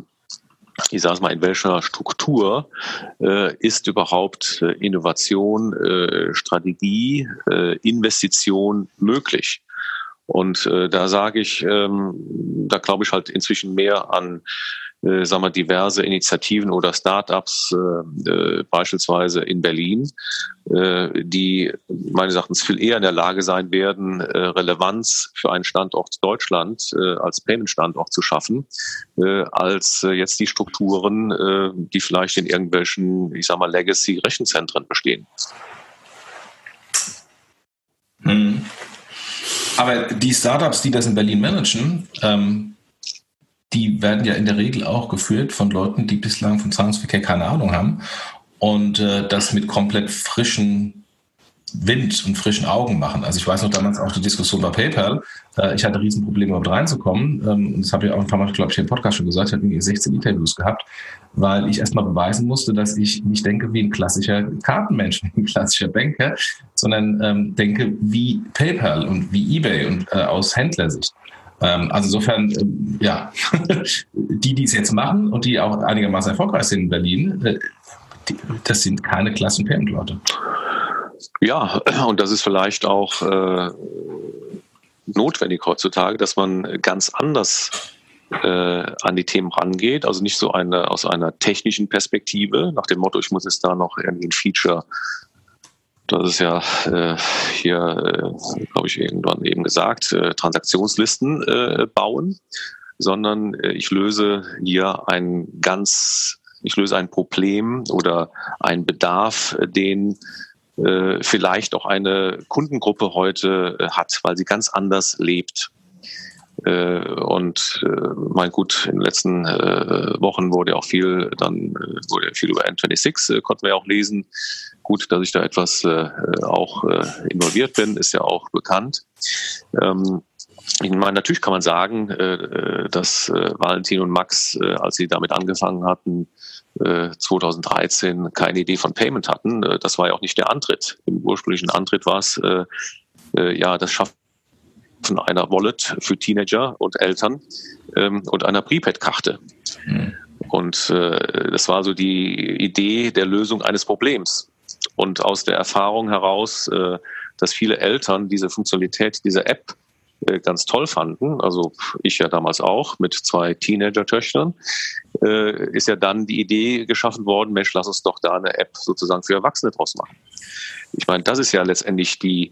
Struktur ist überhaupt Innovation, Strategie, Investition möglich? Und da sage ich, da glaube ich halt inzwischen mehr an diverse Initiativen oder Startups, beispielsweise in Berlin, die meines Erachtens viel eher in der Lage sein werden, Relevanz für einen Standort Deutschland als Payment-Standort zu schaffen, als jetzt die Strukturen, die vielleicht in irgendwelchen, Legacy-Rechenzentren bestehen. Aber die Startups, die das in Berlin managen, die werden ja in der Regel auch geführt von Leuten, die bislang von Zahlungsverkehr keine Ahnung haben und das mit komplett frischen Wind und frischen Augen machen. Also ich weiß noch damals auch die Diskussion bei PayPal. Ich hatte Riesenprobleme, überhaupt reinzukommen. Und das habe ich auch ein paar Mal, glaube ich, im Podcast schon gesagt. Ich habe irgendwie 16 Interviews gehabt, weil ich erstmal beweisen musste, dass ich nicht denke wie ein klassischer Kartenmensch, wie ein klassischer Banker, sondern denke wie PayPal und wie eBay und aus Händlersicht. Also insofern, die es jetzt machen und die auch einigermaßen erfolgreich sind in Berlin, das sind keine klassischen Payment-Leute. Ja, und das ist vielleicht auch notwendig heutzutage, dass man ganz anders an die Themen rangeht, also nicht so aus einer technischen Perspektive, nach dem Motto, ich muss jetzt da noch irgendwie ein Feature, das ist ja glaube ich, irgendwann eben gesagt, Transaktionslisten bauen, sondern ich löse hier ein Problem oder einen Bedarf, den vielleicht auch eine Kundengruppe heute hat, weil sie ganz anders lebt. Und in den letzten Wochen wurde ja auch viel über N26, konnten wir ja auch lesen. Gut, dass ich da etwas auch involviert bin, ist ja auch bekannt. Ich meine, natürlich kann man sagen, dass Valentin und Max, als sie damit angefangen hatten, 2013 keine Idee von Payment hatten. Das war ja auch nicht der Antritt. Im ursprünglichen Antritt war es das Schaffen einer Wallet für Teenager und Eltern und einer Prepaid-Karte. Und das war so die Idee der Lösung eines Problems. Und aus der Erfahrung heraus, dass viele Eltern diese Funktionalität dieser App ganz toll fanden, also ich ja damals auch mit 2 Teenager-Töchtern, ist ja dann die Idee geschaffen worden, Mensch, lass uns doch da eine App sozusagen für Erwachsene draus machen. Ich meine, das ist ja letztendlich die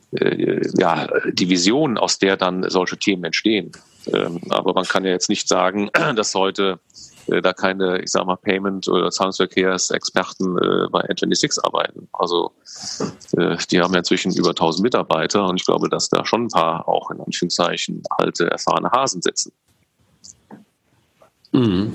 Vision, aus der dann solche Themen entstehen. Aber man kann ja jetzt nicht sagen, dass heute da keine, Payment- oder Zahlungsverkehrsexperten bei N26 arbeiten. Also die haben ja inzwischen über 1000 Mitarbeiter und ich glaube, dass da schon ein paar auch in Anführungszeichen alte, erfahrene Hasen sitzen. Mhm.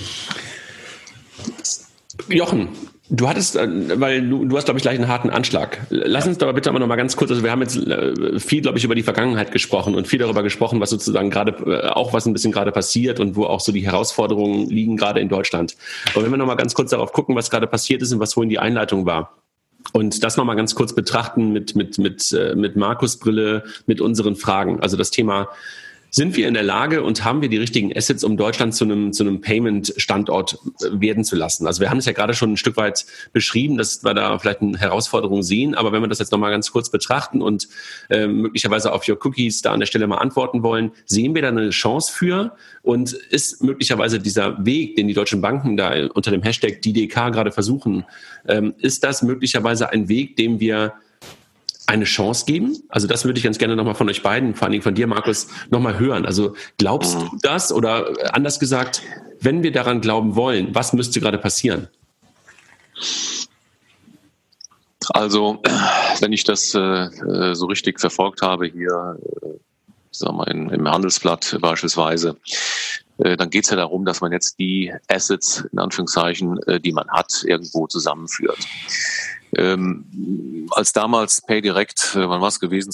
Jochen, du hattest, weil du hast, glaube ich, gleich einen harten Anschlag. Lass uns doch bitte aber noch mal ganz kurz, also wir haben jetzt viel, glaube ich, über die Vergangenheit gesprochen und viel darüber gesprochen, was sozusagen gerade, auch was ein bisschen gerade passiert und wo auch so die Herausforderungen liegen, gerade in Deutschland. Aber wenn wir noch mal ganz kurz darauf gucken, was gerade passiert ist und was vorhin die Einleitung war. Und das noch mal ganz kurz betrachten mit Markus' Brille, mit unseren Fragen. Also das Thema: Sind wir in der Lage und haben wir die richtigen Assets, um Deutschland zu einem Payment-Standort werden zu lassen? Also wir haben es ja gerade schon ein Stück weit beschrieben, dass wir da vielleicht eine Herausforderung sehen. Aber wenn wir das jetzt nochmal ganz kurz betrachten und möglicherweise auf Your Cookies da an der Stelle mal antworten wollen, sehen wir da eine Chance für? Und ist möglicherweise dieser Weg, den die deutschen Banken da unter dem Hashtag DDK gerade versuchen, ist das möglicherweise ein Weg, dem wir eine Chance geben? Also das würde ich ganz gerne nochmal von euch beiden, vor allen Dingen von dir, Markus, nochmal hören. Also glaubst du das, oder anders gesagt, wenn wir daran glauben wollen, was müsste gerade passieren? Also wenn ich das so richtig verfolgt habe hier, im Handelsblatt beispielsweise, dann geht es ja darum, dass man jetzt die Assets, in Anführungszeichen, die man hat, irgendwo zusammenführt. Als damals PayDirect, wann war es gewesen,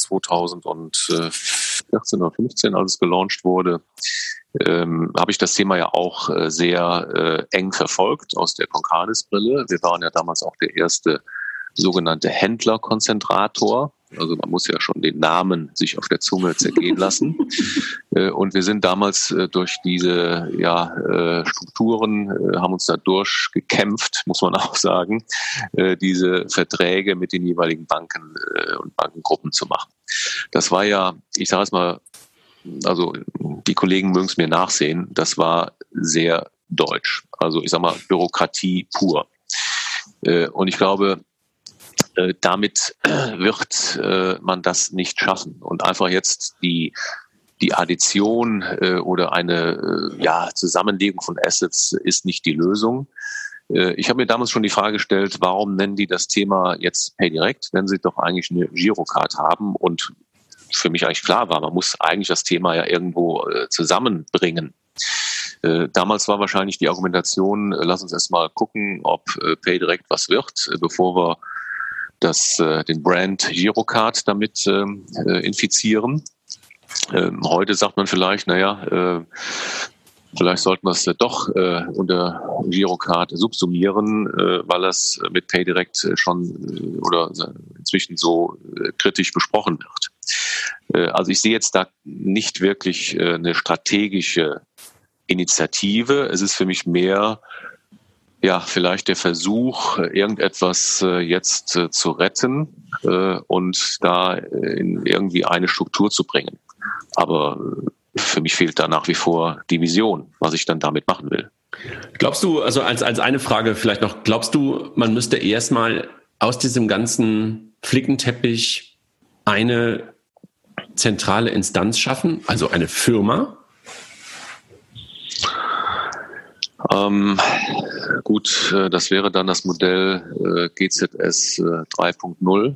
2014 oder 15, als es gelauncht wurde, habe ich das Thema ja auch sehr eng verfolgt aus der Concardis-Brille. Wir waren ja damals auch der erste sogenannte Händlerkonzentrator. Also man muss ja schon den Namen sich auf der Zunge zergehen lassen. Und wir sind damals durch diese Strukturen, haben uns da durchgekämpft, muss man auch sagen, diese Verträge mit den jeweiligen Banken und Bankengruppen zu machen. Das war ja, ich sage es mal, also die Kollegen mögen es mir nachsehen, das war sehr deutsch. Also ich sage mal Bürokratie pur. Und ich glaube, damit wird man das nicht schaffen. Und einfach jetzt die Addition oder eine Zusammenlegung von Assets ist nicht die Lösung. Ich habe mir damals schon die Frage gestellt, warum nennen die das Thema jetzt PayDirect, wenn sie doch eigentlich eine Girocard haben? Und für mich eigentlich klar war, man muss eigentlich das Thema ja irgendwo zusammenbringen. Damals war wahrscheinlich die Argumentation, lass uns erst mal gucken, ob PayDirect was wird, bevor wir den Brand Girocard damit infizieren. Heute sagt man vielleicht, vielleicht sollten wir es doch unter Girocard subsumieren, weil das mit PayDirect schon oder inzwischen so kritisch besprochen wird. Also ich sehe jetzt da nicht wirklich eine strategische Initiative. Es ist für mich mehr vielleicht der Versuch, irgendetwas jetzt zu retten und da in irgendwie eine Struktur zu bringen. Aber für mich fehlt da nach wie vor die Vision, was ich dann damit machen will. Glaubst du, also als eine Frage vielleicht noch, glaubst du, man müsste erstmal aus diesem ganzen Flickenteppich eine zentrale Instanz schaffen, also eine Firma? Gut, das wäre dann das Modell GZS 3.0.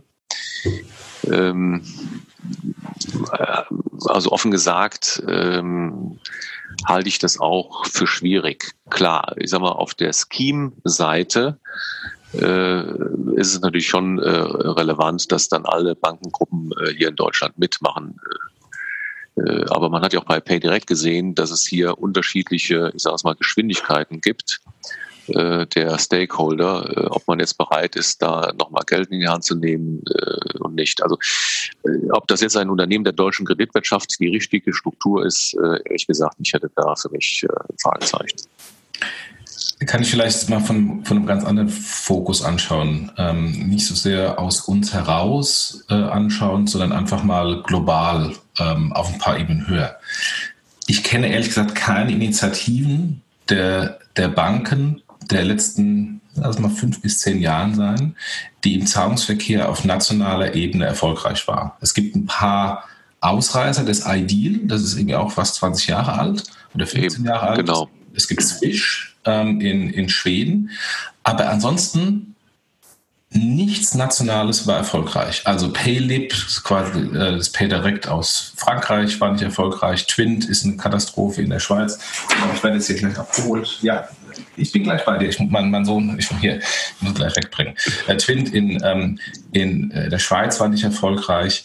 Also offen gesagt halte ich das auch für schwierig. Klar, ich sage mal, auf der Scheme-Seite ist es natürlich schon relevant, dass dann alle Bankengruppen hier in Deutschland mitmachen. Aber man hat ja auch bei PayDirect gesehen, dass es hier unterschiedliche, ich sage es mal, Geschwindigkeiten gibt der Stakeholder, ob man jetzt bereit ist, da nochmal Geld in die Hand zu nehmen und nicht. Also ob das jetzt ein Unternehmen der deutschen Kreditwirtschaft die richtige Struktur ist, ehrlich gesagt, ich hätte da für mich Fragezeichen. Kann ich vielleicht mal von einem ganz anderen Fokus anschauen. Nicht so sehr aus uns heraus anschauen, sondern einfach mal global auf ein paar Ebenen höher. Ich kenne ehrlich gesagt keine Initiativen der Banken der letzten, lass mal 5 bis 10 Jahren sein, die im Zahlungsverkehr auf nationaler Ebene erfolgreich waren. Es gibt ein paar Ausreißer, das Ideal, das ist irgendwie auch fast 20 Jahre alt oder 15 Jahre alt. Genau. Es gibt Swish in Schweden, aber ansonsten nichts Nationales war erfolgreich. Also Paylib, quasi das PayDirect aus Frankreich, war nicht erfolgreich. Twint ist eine Katastrophe in der Schweiz. Ich werde jetzt hier gleich abgeholt. Ja, ich bin gleich bei dir. Mein Sohn, ich muss gleich wegbringen. Twint in der Schweiz war nicht erfolgreich.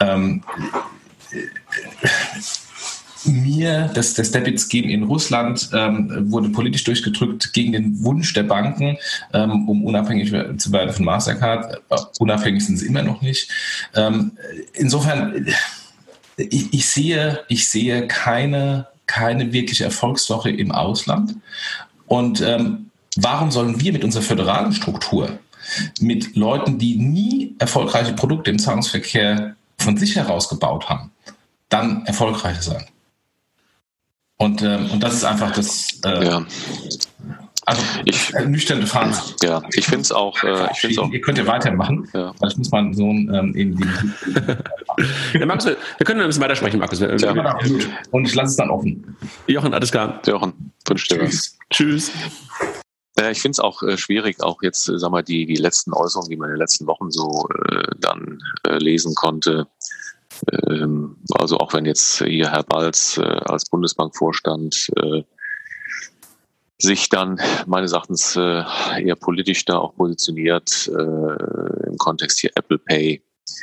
Das Debit-Scheme in Russland wurde politisch durchgedrückt gegen den Wunsch der Banken, um unabhängig zu werden von Mastercard. Unabhängig sind sie immer noch nicht. Insofern, ich sehe keine wirkliche Erfolgsstory im Ausland. Und warum sollen wir mit unserer föderalen Struktur, mit Leuten, die nie erfolgreiche Produkte im Zahlungsverkehr von sich heraus gebaut haben, dann erfolgreich sein? Und das ist einfach das nüchterne Fazit. Ja, ich finde es auch. Ihr könnt ja weitermachen, weil ich muss meinen Sohn irgendwie. Ja, Markus, wir können ein bisschen weitersprechen, Markus. Und ich lasse es dann offen. Jochen, alles klar. Jochen, wünsche dir was. Tschüss. Ich finde es auch schwierig, auch jetzt, sag mal, die letzten Äußerungen, die man in den letzten Wochen so dann lesen konnte. Also auch wenn jetzt hier Herr Balz als Bundesbankvorstand sich dann meines Erachtens eher politisch da auch positioniert im Kontext hier Apple Pay.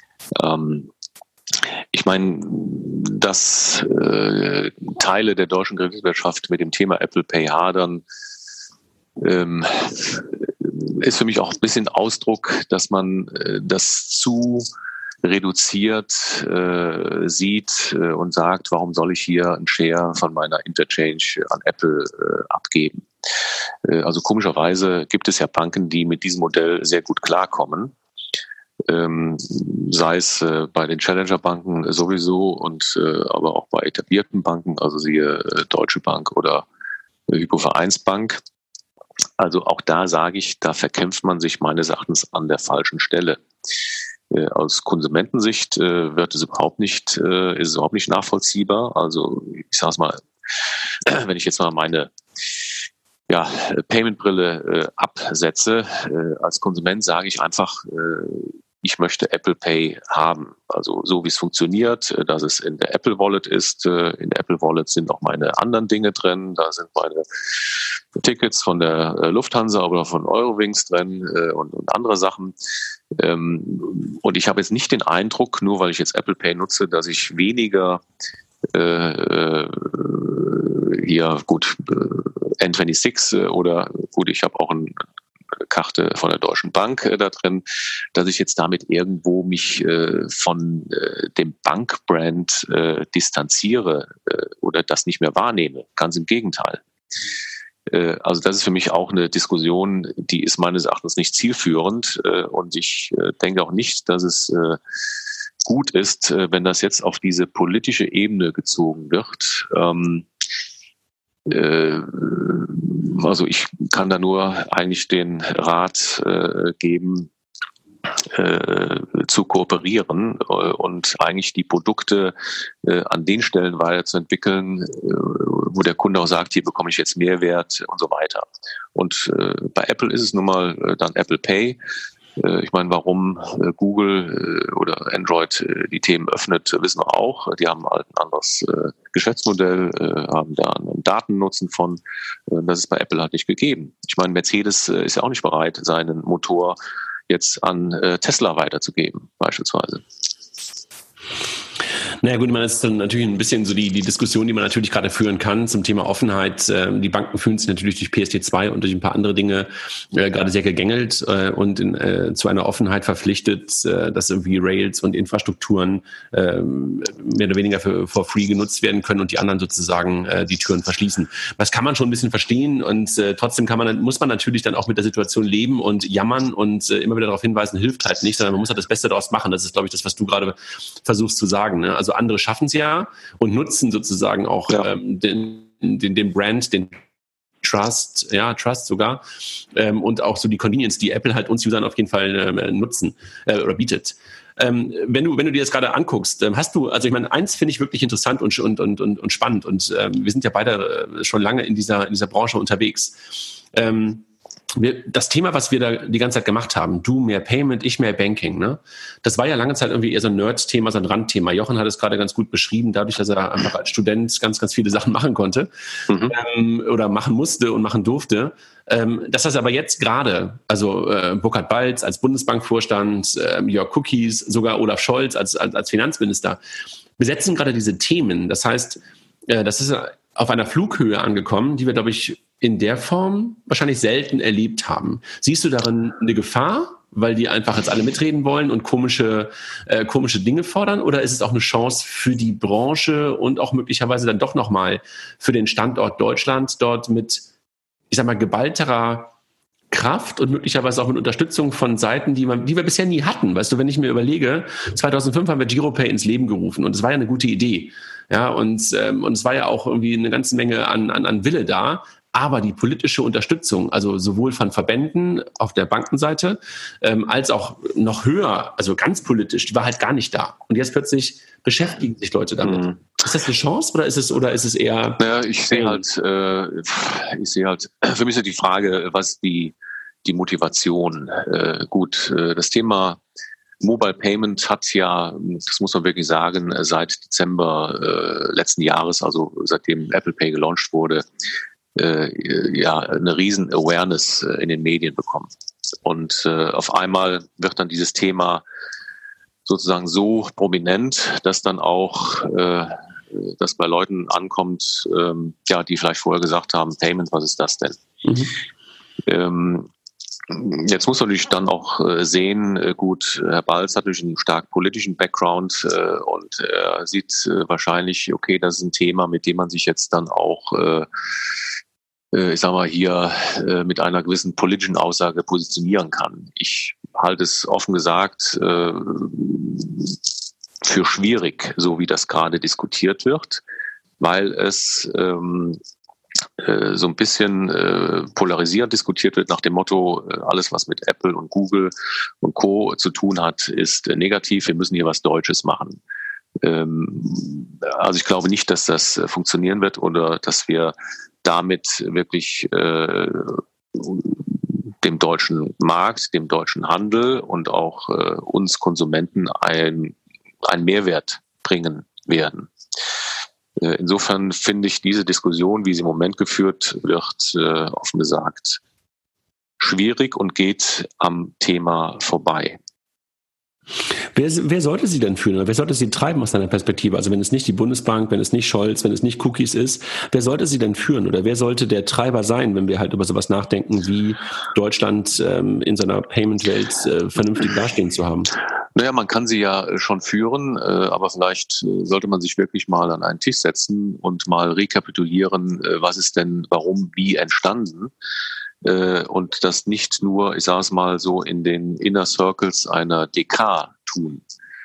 Ich meine, dass Teile der deutschen Kreditwirtschaft mit dem Thema Apple Pay hadern, ist für mich auch ein bisschen Ausdruck, dass man das zu reduziert sieht und sagt, warum soll ich hier einen Share von meiner Interchange an Apple abgeben? Also komischerweise gibt es ja Banken, die mit diesem Modell sehr gut klarkommen. Sei es bei den Challenger-Banken sowieso und aber auch bei etablierten Banken, also siehe Deutsche Bank oder Hypovereinsbank. Also auch da sage ich, da verkämpft man sich meines Erachtens an der falschen Stelle. Aus Konsumentensicht ist es überhaupt nicht nachvollziehbar. Also ich sage es mal, wenn ich jetzt mal meine Payment-Brille absetze, als Konsument sage ich einfach, ich möchte Apple Pay haben. Also so wie es funktioniert, dass es in der Apple Wallet ist. In der Apple Wallet sind auch meine anderen Dinge drin. Da sind meine Tickets von der Lufthansa oder von Eurowings drin und andere Sachen. Und ich habe jetzt nicht den Eindruck, nur weil ich jetzt Apple Pay nutze, dass ich weniger N26 oder gut, ich habe auch eine Karte von der Deutschen Bank da drin, dass ich jetzt damit irgendwo mich von dem Bankbrand distanziere oder das nicht mehr wahrnehme. Ganz im Gegenteil. Also das ist für mich auch eine Diskussion, die ist meines Erachtens nicht zielführend und ich denke auch nicht, dass es gut ist, wenn das jetzt auf diese politische Ebene gezogen wird. Also ich kann da nur eigentlich den Rat geben, zu kooperieren und eigentlich die Produkte an den Stellen weiterzuentwickeln, wo der Kunde auch sagt, hier bekomme ich jetzt Mehrwert und so weiter. Und bei Apple ist es nun mal dann Apple Pay. Ich meine, warum Google oder Android die Themen öffnet, wissen wir auch. Die haben halt ein anderes Geschäftsmodell, haben da einen Datennutzen von. Das ist bei Apple halt nicht gegeben. Ich meine, Mercedes ist ja auch nicht bereit, seinen Motor jetzt an Tesla weiterzugeben, beispielsweise. Naja gut, das ist dann natürlich ein bisschen so die Diskussion, die man natürlich gerade führen kann zum Thema Offenheit. Die Banken fühlen sich natürlich durch PSD2 und durch ein paar andere Dinge gerade sehr gegängelt und zu einer Offenheit verpflichtet, dass irgendwie Rails und Infrastrukturen mehr oder weniger for free genutzt werden können und die anderen sozusagen die Türen verschließen. Das kann man schon ein bisschen verstehen und trotzdem muss man natürlich dann auch mit der Situation leben und jammern und immer wieder darauf hinweisen, hilft halt nicht, sondern man muss halt das Beste daraus machen. Das ist, glaube ich, das, was du gerade versuchst zu sagen, ne? Also andere schaffen es ja und nutzen sozusagen auch den Brand, den Trust sogar und auch so die Convenience, die Apple halt uns Usern auf jeden Fall nutzen oder bietet. Wenn du dir das gerade anguckst, hast du, also ich meine, eins finde ich wirklich interessant und spannend und wir sind ja beide schon lange in dieser Branche unterwegs. Das Thema, was wir da die ganze Zeit gemacht haben, du mehr Payment, ich mehr Banking, ne? Das war ja lange Zeit irgendwie eher so ein Nerd-Thema, so ein Randthema. Jochen hat es gerade ganz gut beschrieben, dadurch, dass er einfach als Student ganz, ganz viele Sachen machen konnte oder machen musste und machen durfte. Dass das aber jetzt gerade, also Burkhard Balz als Bundesbankvorstand, Jörg Cookies, sogar Olaf Scholz als Finanzminister, besetzen gerade diese Themen. Das heißt, das ist auf einer Flughöhe angekommen, die wir, glaube ich, in der Form wahrscheinlich selten erlebt haben. Siehst du darin eine Gefahr, weil die einfach jetzt alle mitreden wollen und komische Dinge fordern? Oder ist es auch eine Chance für die Branche und auch möglicherweise dann doch nochmal für den Standort Deutschland dort mit, ich sag mal, geballterer Kraft und möglicherweise auch mit Unterstützung von Seiten, die wir bisher nie hatten. Weißt du, wenn ich mir überlege, 2005 haben wir Giropay ins Leben gerufen und es war ja eine gute Idee. Ja, und es war ja auch irgendwie eine ganze Menge an Wille da. Aber die politische Unterstützung, also sowohl von Verbänden auf der Bankenseite, als auch noch höher, also ganz politisch, die war halt gar nicht da. Und jetzt plötzlich beschäftigen sich Leute damit. Ist das eine Chance oder ist es eher? Ja, ich sehe halt, für mich ist die Frage, was die Motivation. Das Thema Mobile Payment hat ja, das muss man wirklich sagen, seit Dezember letzten Jahres, also seitdem Apple Pay gelauncht wurde, eine riesen Awareness in den Medien bekommen. Und auf einmal wird dann dieses Thema sozusagen so prominent, dass dann auch das bei Leuten ankommt, die vielleicht vorher gesagt haben, Payment, was ist das denn? Jetzt muss man natürlich dann auch sehen, gut, Herr Balz hat natürlich einen stark politischen Background und er sieht wahrscheinlich, okay, das ist ein Thema, mit dem man sich jetzt dann auch hier mit einer gewissen politischen Aussage positionieren kann. Ich halte es offen gesagt für schwierig, so wie das gerade diskutiert wird, weil es so ein bisschen polarisierend diskutiert wird nach dem Motto, alles was mit Apple und Google und Co. zu tun hat, ist negativ, wir müssen hier was Deutsches machen. Also ich glaube nicht, dass das funktionieren wird oder dass wir damit wirklich dem deutschen Markt, dem deutschen Handel und auch uns Konsumenten einen Mehrwert bringen werden. Insofern finde ich diese Diskussion, wie sie im Moment geführt wird, offen gesagt, schwierig und geht am Thema vorbei. Wer sollte sie denn führen oder wer sollte sie treiben aus deiner Perspektive? Also wenn es nicht die Bundesbank, wenn es nicht Scholz, wenn es nicht Cookies ist, wer sollte sie denn führen oder wer sollte der Treiber sein, wenn wir halt über sowas nachdenken, wie Deutschland in seiner Payment-Welt vernünftig dastehen zu haben? Naja, man kann sie ja schon führen, aber vielleicht sollte man sich wirklich mal an einen Tisch setzen und mal rekapitulieren, was ist denn, warum, wie entstanden. Und das nicht nur, ich sage es mal so, in den Inner Circles einer DK tun.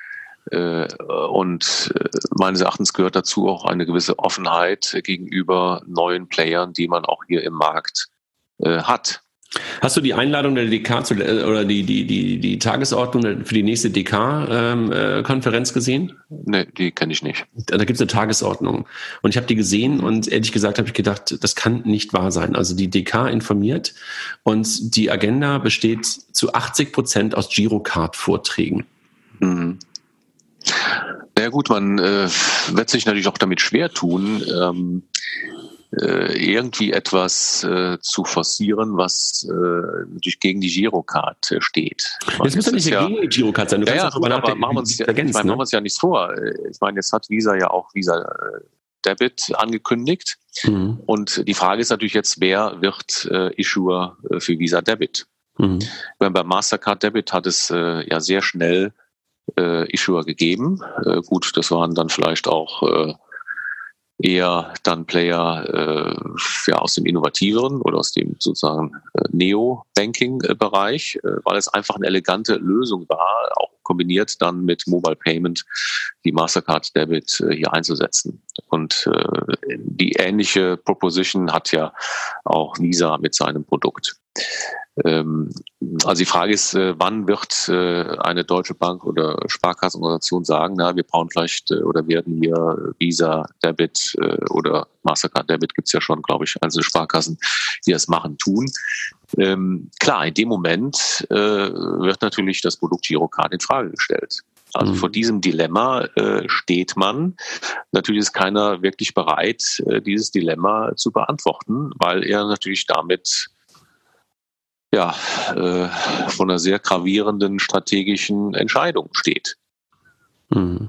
Und meines Erachtens gehört dazu auch eine gewisse Offenheit gegenüber neuen Playern, die man auch hier im Markt hat. Hast du die Einladung der DK oder die Tagesordnung für die nächste DK-Konferenz gesehen? Nee, die kenne ich nicht. Da gibt es eine Tagesordnung. Und ich habe die gesehen und ehrlich gesagt habe ich gedacht, das kann nicht wahr sein. Also die DK informiert und die Agenda besteht zu 80% aus Girocard-Vorträgen. Mhm. Na ja, gut, man wird sich natürlich auch damit schwer tun, irgendwie etwas zu forcieren, was natürlich gegen die Girocard steht. Das muss ja nicht gegen die Girocard sein. Du kannst aber machen wir uns ja nichts vor. Ich meine, jetzt hat Visa ja auch Visa Debit angekündigt. Mhm. Und die Frage ist natürlich jetzt, wer wird Issuer für Visa Debit? Mhm. Bei Mastercard Debit hat es ja sehr schnell Issuer gegeben. Gut, das waren dann vielleicht auch eher dann Player aus dem innovativeren oder aus dem sozusagen Neo-Banking-Bereich, weil es einfach eine elegante Lösung war, auch kombiniert dann mit Mobile Payment die Mastercard Debit hier einzusetzen. Und die ähnliche Proposition hat ja auch Visa mit seinem Produkt. Also die Frage ist, wann wird eine deutsche Bank oder Sparkassenorganisation sagen, na, wir brauchen vielleicht oder werden hier Visa Debit oder Mastercard Debit, gibt's ja schon, glaube ich, einzelne Sparkassen, die das machen, tun. Klar, in dem Moment wird natürlich das Produkt Girocard in Frage gestellt. Also vor diesem Dilemma steht man. Natürlich ist keiner wirklich bereit, dieses Dilemma zu beantworten, weil er natürlich damit von einer sehr gravierenden strategischen Entscheidung steht. Mhm.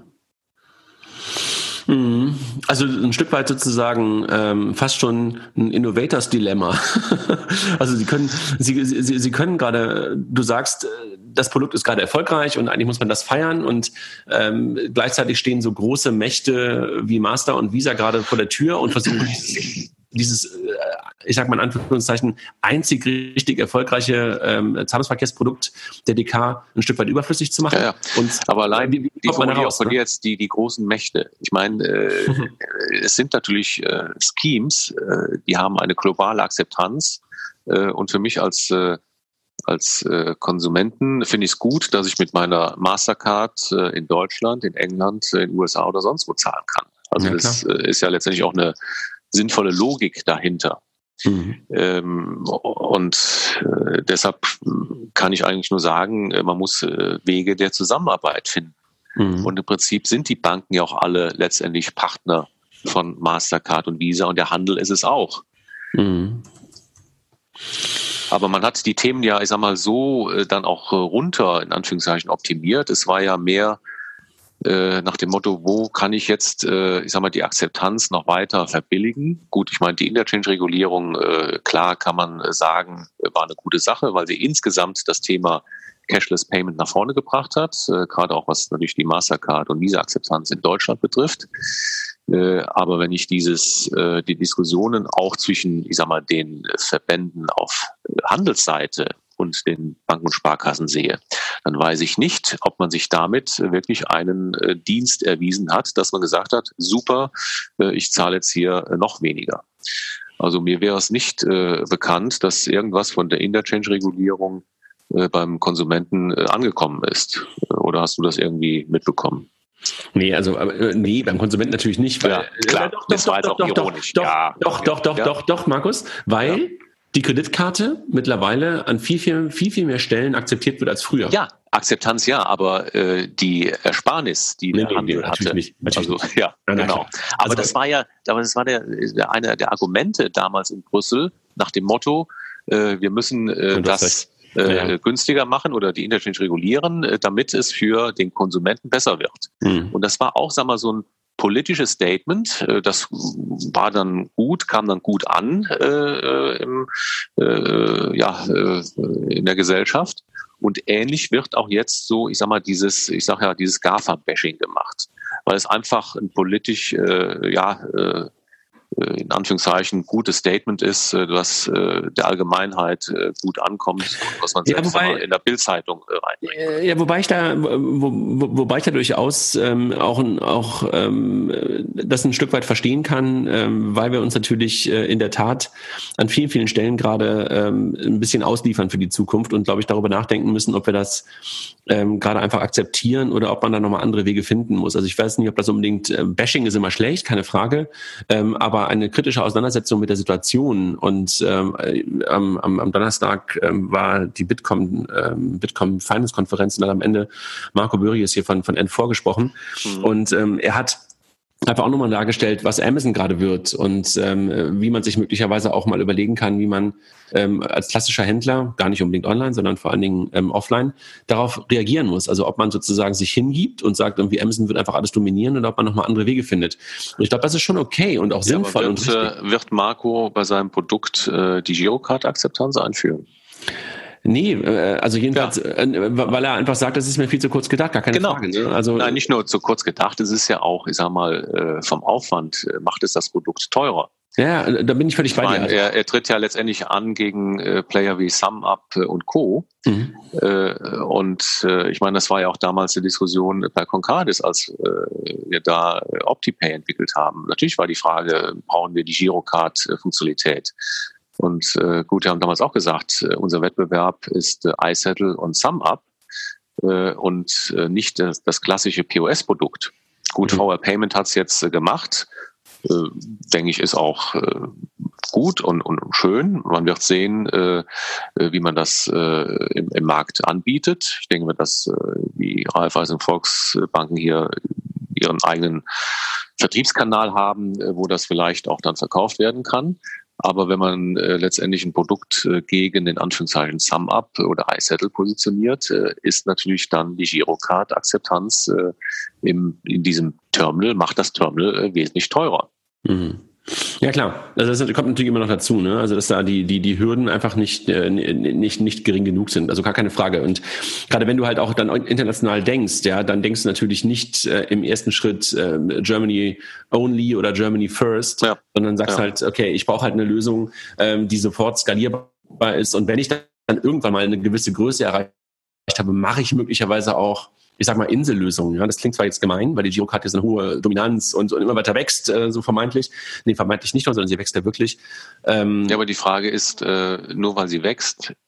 Also ein Stück weit sozusagen fast schon ein Innovators-Dilemma. Also Sie können gerade, du sagst, das Produkt ist gerade erfolgreich und eigentlich muss man das feiern und gleichzeitig stehen so große Mächte wie Master und Visa gerade vor der Tür und versuchen dieses, ich sag mal in Anführungszeichen, einzig richtig erfolgreiche Zahlungsverkehrsprodukt der DK ein Stück weit überflüssig zu machen. Ja. Aber allein die von dir jetzt die großen Mächte. Ich meine, es sind natürlich Schemes, die haben eine globale Akzeptanz und für mich als Konsumenten finde ich es gut, dass ich mit meiner Mastercard in Deutschland, in England, in den USA oder sonst wo zahlen kann. Also das ist ja letztendlich auch eine sinnvolle Logik dahinter. Deshalb kann ich eigentlich nur sagen, man muss Wege der Zusammenarbeit finden. Und im Prinzip sind die Banken ja auch alle letztendlich Partner von Mastercard und Visa und der Handel ist es auch. Aber man hat die Themen ja, ich sag mal, so dann auch runter, in Anführungszeichen, optimiert. Es war ja mehr nach dem Motto, wo kann ich jetzt, ich sag mal, die Akzeptanz noch weiter verbilligen? Gut, ich meine, die Interchange-Regulierung, klar kann man sagen, war eine gute Sache, weil sie insgesamt das Thema Cashless Payment nach vorne gebracht hat, gerade auch was natürlich die Mastercard und Visa-Akzeptanz in Deutschland betrifft. Aber wenn ich die Diskussionen auch zwischen, ich sag mal, den Verbänden auf Handelsseite und den Banken und Sparkassen sehe, dann weiß ich nicht, ob man sich damit wirklich einen Dienst erwiesen hat, dass man gesagt hat, super, ich zahle jetzt hier noch weniger. Also mir wäre es nicht bekannt, dass irgendwas von der Interchange-Regulierung beim Konsumenten angekommen ist. Oder hast du das irgendwie mitbekommen? Nee, also beim Konsumenten natürlich nicht. Weil, ja, klar, das war jetzt auch ironisch. Doch, Markus, weil die Kreditkarte mittlerweile an viel mehr Stellen akzeptiert wird als früher. Ja, Akzeptanz ja, aber die Ersparnis, die der Handel hatte. Nicht. Also, ja, genau. Aber das war einer der Argumente damals in Brüssel nach dem Motto, wir müssen das günstiger machen oder die Interchange regulieren, damit es für den Konsumenten besser wird. Und das war auch, sagen wir mal, so ein politisches Statement, das war dann gut, kam dann gut an in der Gesellschaft. Und ähnlich wird auch jetzt so, ich sag mal, dieses GAFA-Bashing gemacht, weil es einfach ein politisch, in Anführungszeichen gutes Statement ist, was der Allgemeinheit gut ankommt, was man selbst in der Bild-Zeitung reinbringt. Ja, wobei ich da durchaus auch das ein Stück weit verstehen kann, weil wir uns natürlich in der Tat an vielen, vielen Stellen gerade ein bisschen ausliefern für die Zukunft und, glaube ich, darüber nachdenken müssen, ob wir das gerade einfach akzeptieren oder ob man da nochmal andere Wege finden muss. Also ich weiß nicht, ob das unbedingt Bashing ist immer schlecht, keine Frage, aber eine kritische Auseinandersetzung mit der Situation und am Donnerstag war die Bitkom Finance Konferenz und dann am Ende Marco Börries hier von N4 gesprochen und er hat einfach auch nochmal dargestellt, was Amazon gerade wird und wie man sich möglicherweise auch mal überlegen kann, wie man als klassischer Händler, gar nicht unbedingt online, sondern vor allen Dingen offline, darauf reagieren muss. Also ob man sozusagen sich hingibt und sagt, irgendwie Amazon wird einfach alles dominieren oder ob man nochmal andere Wege findet. Und ich glaube, das ist schon okay und auch sinnvoll. Und wird Marco bei seinem Produkt die Girocard-Akzeptanz einführen? Nee, also jedenfalls, weil er einfach sagt, das ist mir viel zu kurz gedacht, gar keine Frage. Ne? Also, nein, nicht nur zu kurz gedacht, es ist ja auch, ich sag mal, vom Aufwand macht es das Produkt teurer. Ja, da bin ich völlig bei dir. Er tritt ja letztendlich an gegen Player wie SumUp und Co. Ich meine, das war ja auch damals eine Diskussion bei Concardis, als wir da OptiPay entwickelt haben. Natürlich war die Frage, brauchen wir die Girocard-Funktionalität? Und gut, wir haben damals auch gesagt, unser Wettbewerb ist iSettle und SumUp und nicht das klassische POS-Produkt. Gut, VR Payment hat es jetzt gemacht. Denke ich, ist auch gut und schön. Man wird sehen, wie man das im Markt anbietet. Ich denke mir, dass die Raiffeisen Volksbanken hier ihren eigenen Vertriebskanal haben, wo das vielleicht auch dann verkauft werden kann. Aber wenn man letztendlich ein Produkt gegen den Anführungszeichen SumUp oder iSettle positioniert, ist natürlich dann die Girocard-Akzeptanz in diesem Terminal, macht das Terminal wesentlich teurer. Ja klar, also das kommt natürlich immer noch dazu, ne? Also dass da die Hürden einfach nicht gering genug sind, also gar keine Frage. Und gerade wenn du halt auch dann international denkst, ja, dann denkst du natürlich nicht im ersten Schritt Germany only oder Germany first, sondern sagst halt, okay, ich brauche halt eine Lösung, die sofort skalierbar ist. Und wenn ich dann irgendwann mal eine gewisse Größe erreicht habe, mache ich möglicherweise auch, ich sag mal, Insellösungen. Ja, das klingt zwar jetzt gemein, weil die Girocard jetzt eine hohe Dominanz und immer weiter wächst, so vermeintlich. Nee, vermeintlich nicht, sondern sie wächst ja wirklich. Ja, aber die Frage ist, nur weil sie wächst,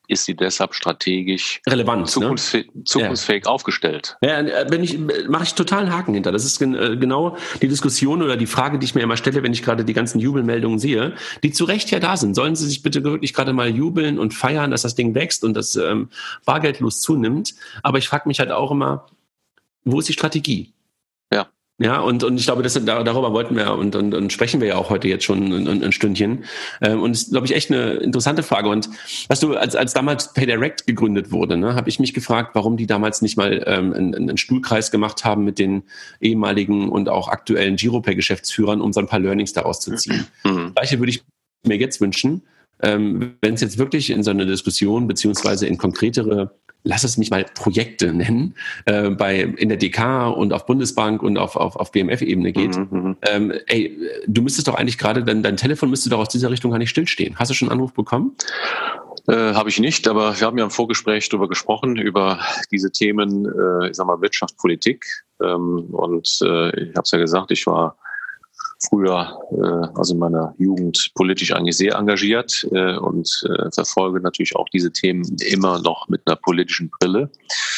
ist sie deshalb strategisch relevant, zukunftsfähig aufgestellt? Ja, mache ich total einen Haken hinter. Das ist genau die Diskussion oder die Frage, die ich mir immer stelle, wenn ich gerade die ganzen Jubelmeldungen sehe, die zu Recht ja da sind. Sollen sie sich bitte wirklich gerade mal jubeln und feiern, dass das Ding wächst und das bargeldlos zunimmt. Aber ich frage mich halt auch immer, wo ist die Strategie? Ja. Ja, und ich glaube, darüber wollten wir und sprechen wir ja auch heute jetzt schon ein Stündchen. Und es ist, glaube ich, echt eine interessante Frage. Und weißt du, als damals PayDirect gegründet wurde, ne, habe ich mich gefragt, warum die damals nicht mal einen Stuhlkreis gemacht haben mit den ehemaligen und auch aktuellen Giropay-Geschäftsführern, um so ein paar Learnings daraus zu ziehen. Das Gleiche würde ich mir jetzt wünschen, wenn es jetzt wirklich in so eine Diskussion beziehungsweise in konkretere, lass es mich mal Projekte nennen, in der DK und auf Bundesbank und auf BMF-Ebene geht. Du müsstest doch eigentlich gerade, dein Telefon müsste doch aus dieser Richtung gar nicht stillstehen. Hast du schon einen Anruf bekommen? Habe ich nicht, aber wir haben ja im Vorgespräch darüber gesprochen, über diese Themen, Wirtschaft, Politik. Und ich habe es ja gesagt, ich war früher, also in meiner Jugend, politisch eigentlich sehr engagiert und verfolge natürlich auch diese Themen immer noch mit einer politischen Brille.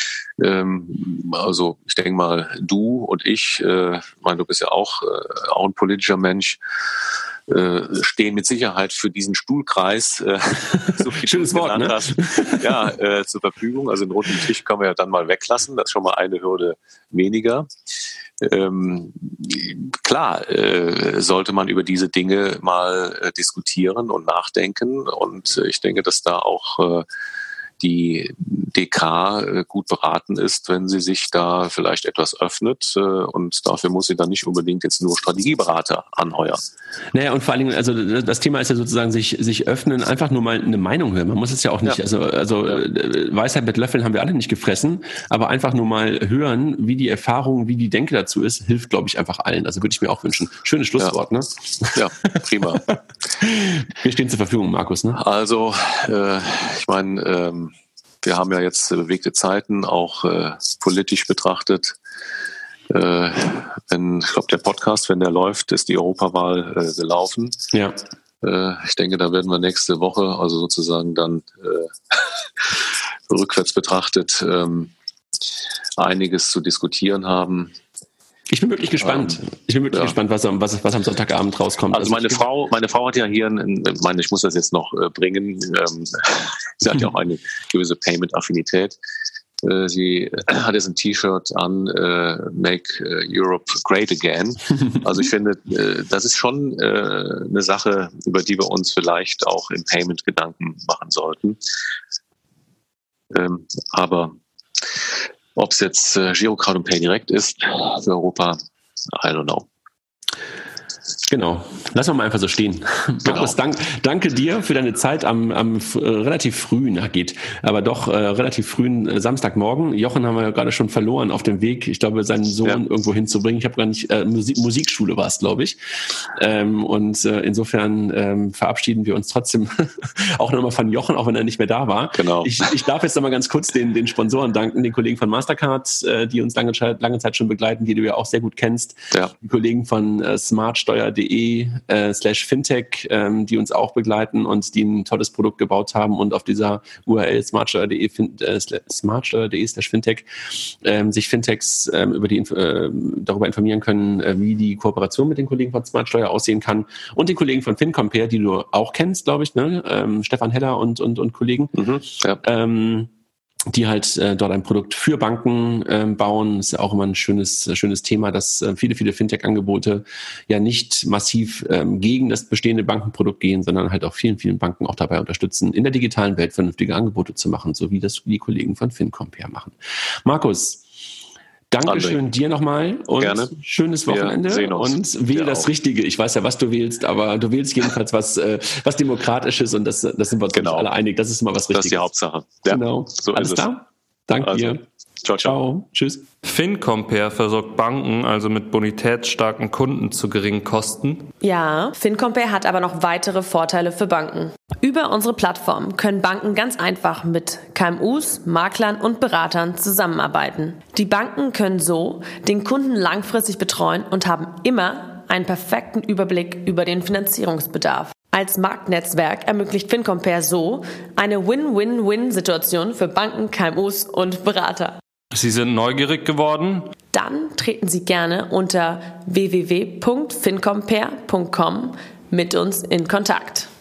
Also ich denke mal, du und ich, du bist ja auch ein politischer Mensch, stehen mit Sicherheit für diesen Stuhlkreis, so viel schönes Wort, ne? Zur Verfügung. Also den roten Tisch können wir ja dann mal weglassen. Das ist schon mal eine Hürde weniger. Klar, sollte man über diese Dinge mal diskutieren und nachdenken. Und ich denke, dass da auch die DK gut beraten ist, wenn sie sich da vielleicht etwas öffnet. Und dafür muss sie dann nicht unbedingt jetzt nur Strategieberater anheuern. Naja, und vor allen Dingen, also das Thema ist ja sozusagen sich öffnen, einfach nur mal eine Meinung hören. Man muss es ja auch nicht, Weisheit mit Löffeln haben wir alle nicht gefressen, aber einfach nur mal hören, wie die Erfahrung, wie die Denke dazu ist, hilft, glaube ich, einfach allen. Also würde ich mir auch wünschen. Schönes Schlusswort, ne? Ja, prima. Wir stehen zur Verfügung, Markus, ne? Also, ich meine, wir haben ja jetzt bewegte Zeiten, auch politisch betrachtet. Ich glaube, der Podcast, wenn der läuft, ist die Europawahl gelaufen. Ja. Ich denke, da werden wir nächste Woche, also sozusagen dann rückwärts betrachtet, einiges zu diskutieren haben. Ich bin wirklich gespannt. Gespannt, was am Sonntagabend rauskommt. Also meine Frau hat ja hier, ich muss das jetzt noch bringen, sie hat ja auch eine gewisse Payment-Affinität. Sie hat jetzt ein T-Shirt an, Make Europe Great Again. Also ich finde, das ist schon eine Sache, über die wir uns vielleicht auch im Payment Gedanken machen sollten. Aber ob es jetzt Girocard und PayDirect ist für Europa, I don't know. Genau. Lassen wir mal einfach so stehen. Genau. Markus, danke dir für deine Zeit am relativ frühen, relativ frühen Samstagmorgen. Jochen haben wir ja gerade schon verloren auf dem Weg, ich glaube, seinen Sohn irgendwo hinzubringen. Ich habe gar nicht, Musikschule war es, glaube ich. Insofern verabschieden wir uns trotzdem auch nochmal von Jochen, auch wenn er nicht mehr da war. Genau. Ich darf jetzt nochmal ganz kurz den Sponsoren danken, den Kollegen von Mastercard, die uns lange Zeit schon begleiten, die du ja auch sehr gut kennst. Ja. Die Kollegen von smartsteuer.de/fintech, die uns auch begleiten und die ein tolles Produkt gebaut haben und auf dieser URL smartsteuer.de/fintech sich Fintechs darüber informieren können, wie die Kooperation mit den Kollegen von Smartsteuer aussehen kann und den Kollegen von FinCompare, die du auch kennst, glaube ich, ne? Stefan Heller und Kollegen. Ja. Die halt dort ein Produkt für Banken bauen. Das ist ja auch immer ein schönes Thema, dass viele Fintech-Angebote ja nicht massiv gegen das bestehende Bankenprodukt gehen, sondern halt auch vielen Banken auch dabei unterstützen, in der digitalen Welt vernünftige Angebote zu machen, so wie das die Kollegen von FinCompare machen. Markus, Dankeschön dir nochmal und gerne. Schönes Wochenende und wähle das Richtige. Ich weiß ja, was du wählst, aber du wählst jedenfalls was Demokratisches und das sind wir uns alle einig. Das ist immer was Richtiges. Das ist die Hauptsache. Ja, genau. So alles klar? Danke dir. Ciao. Tschüss. FinCompare versorgt Banken also mit bonitätsstarken Kunden zu geringen Kosten. Ja, FinCompare hat aber noch weitere Vorteile für Banken. Über unsere Plattform können Banken ganz einfach mit KMUs, Maklern und Beratern zusammenarbeiten. Die Banken können so den Kunden langfristig betreuen und haben immer einen perfekten Überblick über den Finanzierungsbedarf. Als Marktnetzwerk ermöglicht FinCompare so eine Win-Win-Win-Situation für Banken, KMUs und Berater. Sie sind neugierig geworden? Dann treten Sie gerne unter www.fincompare.com mit uns in Kontakt.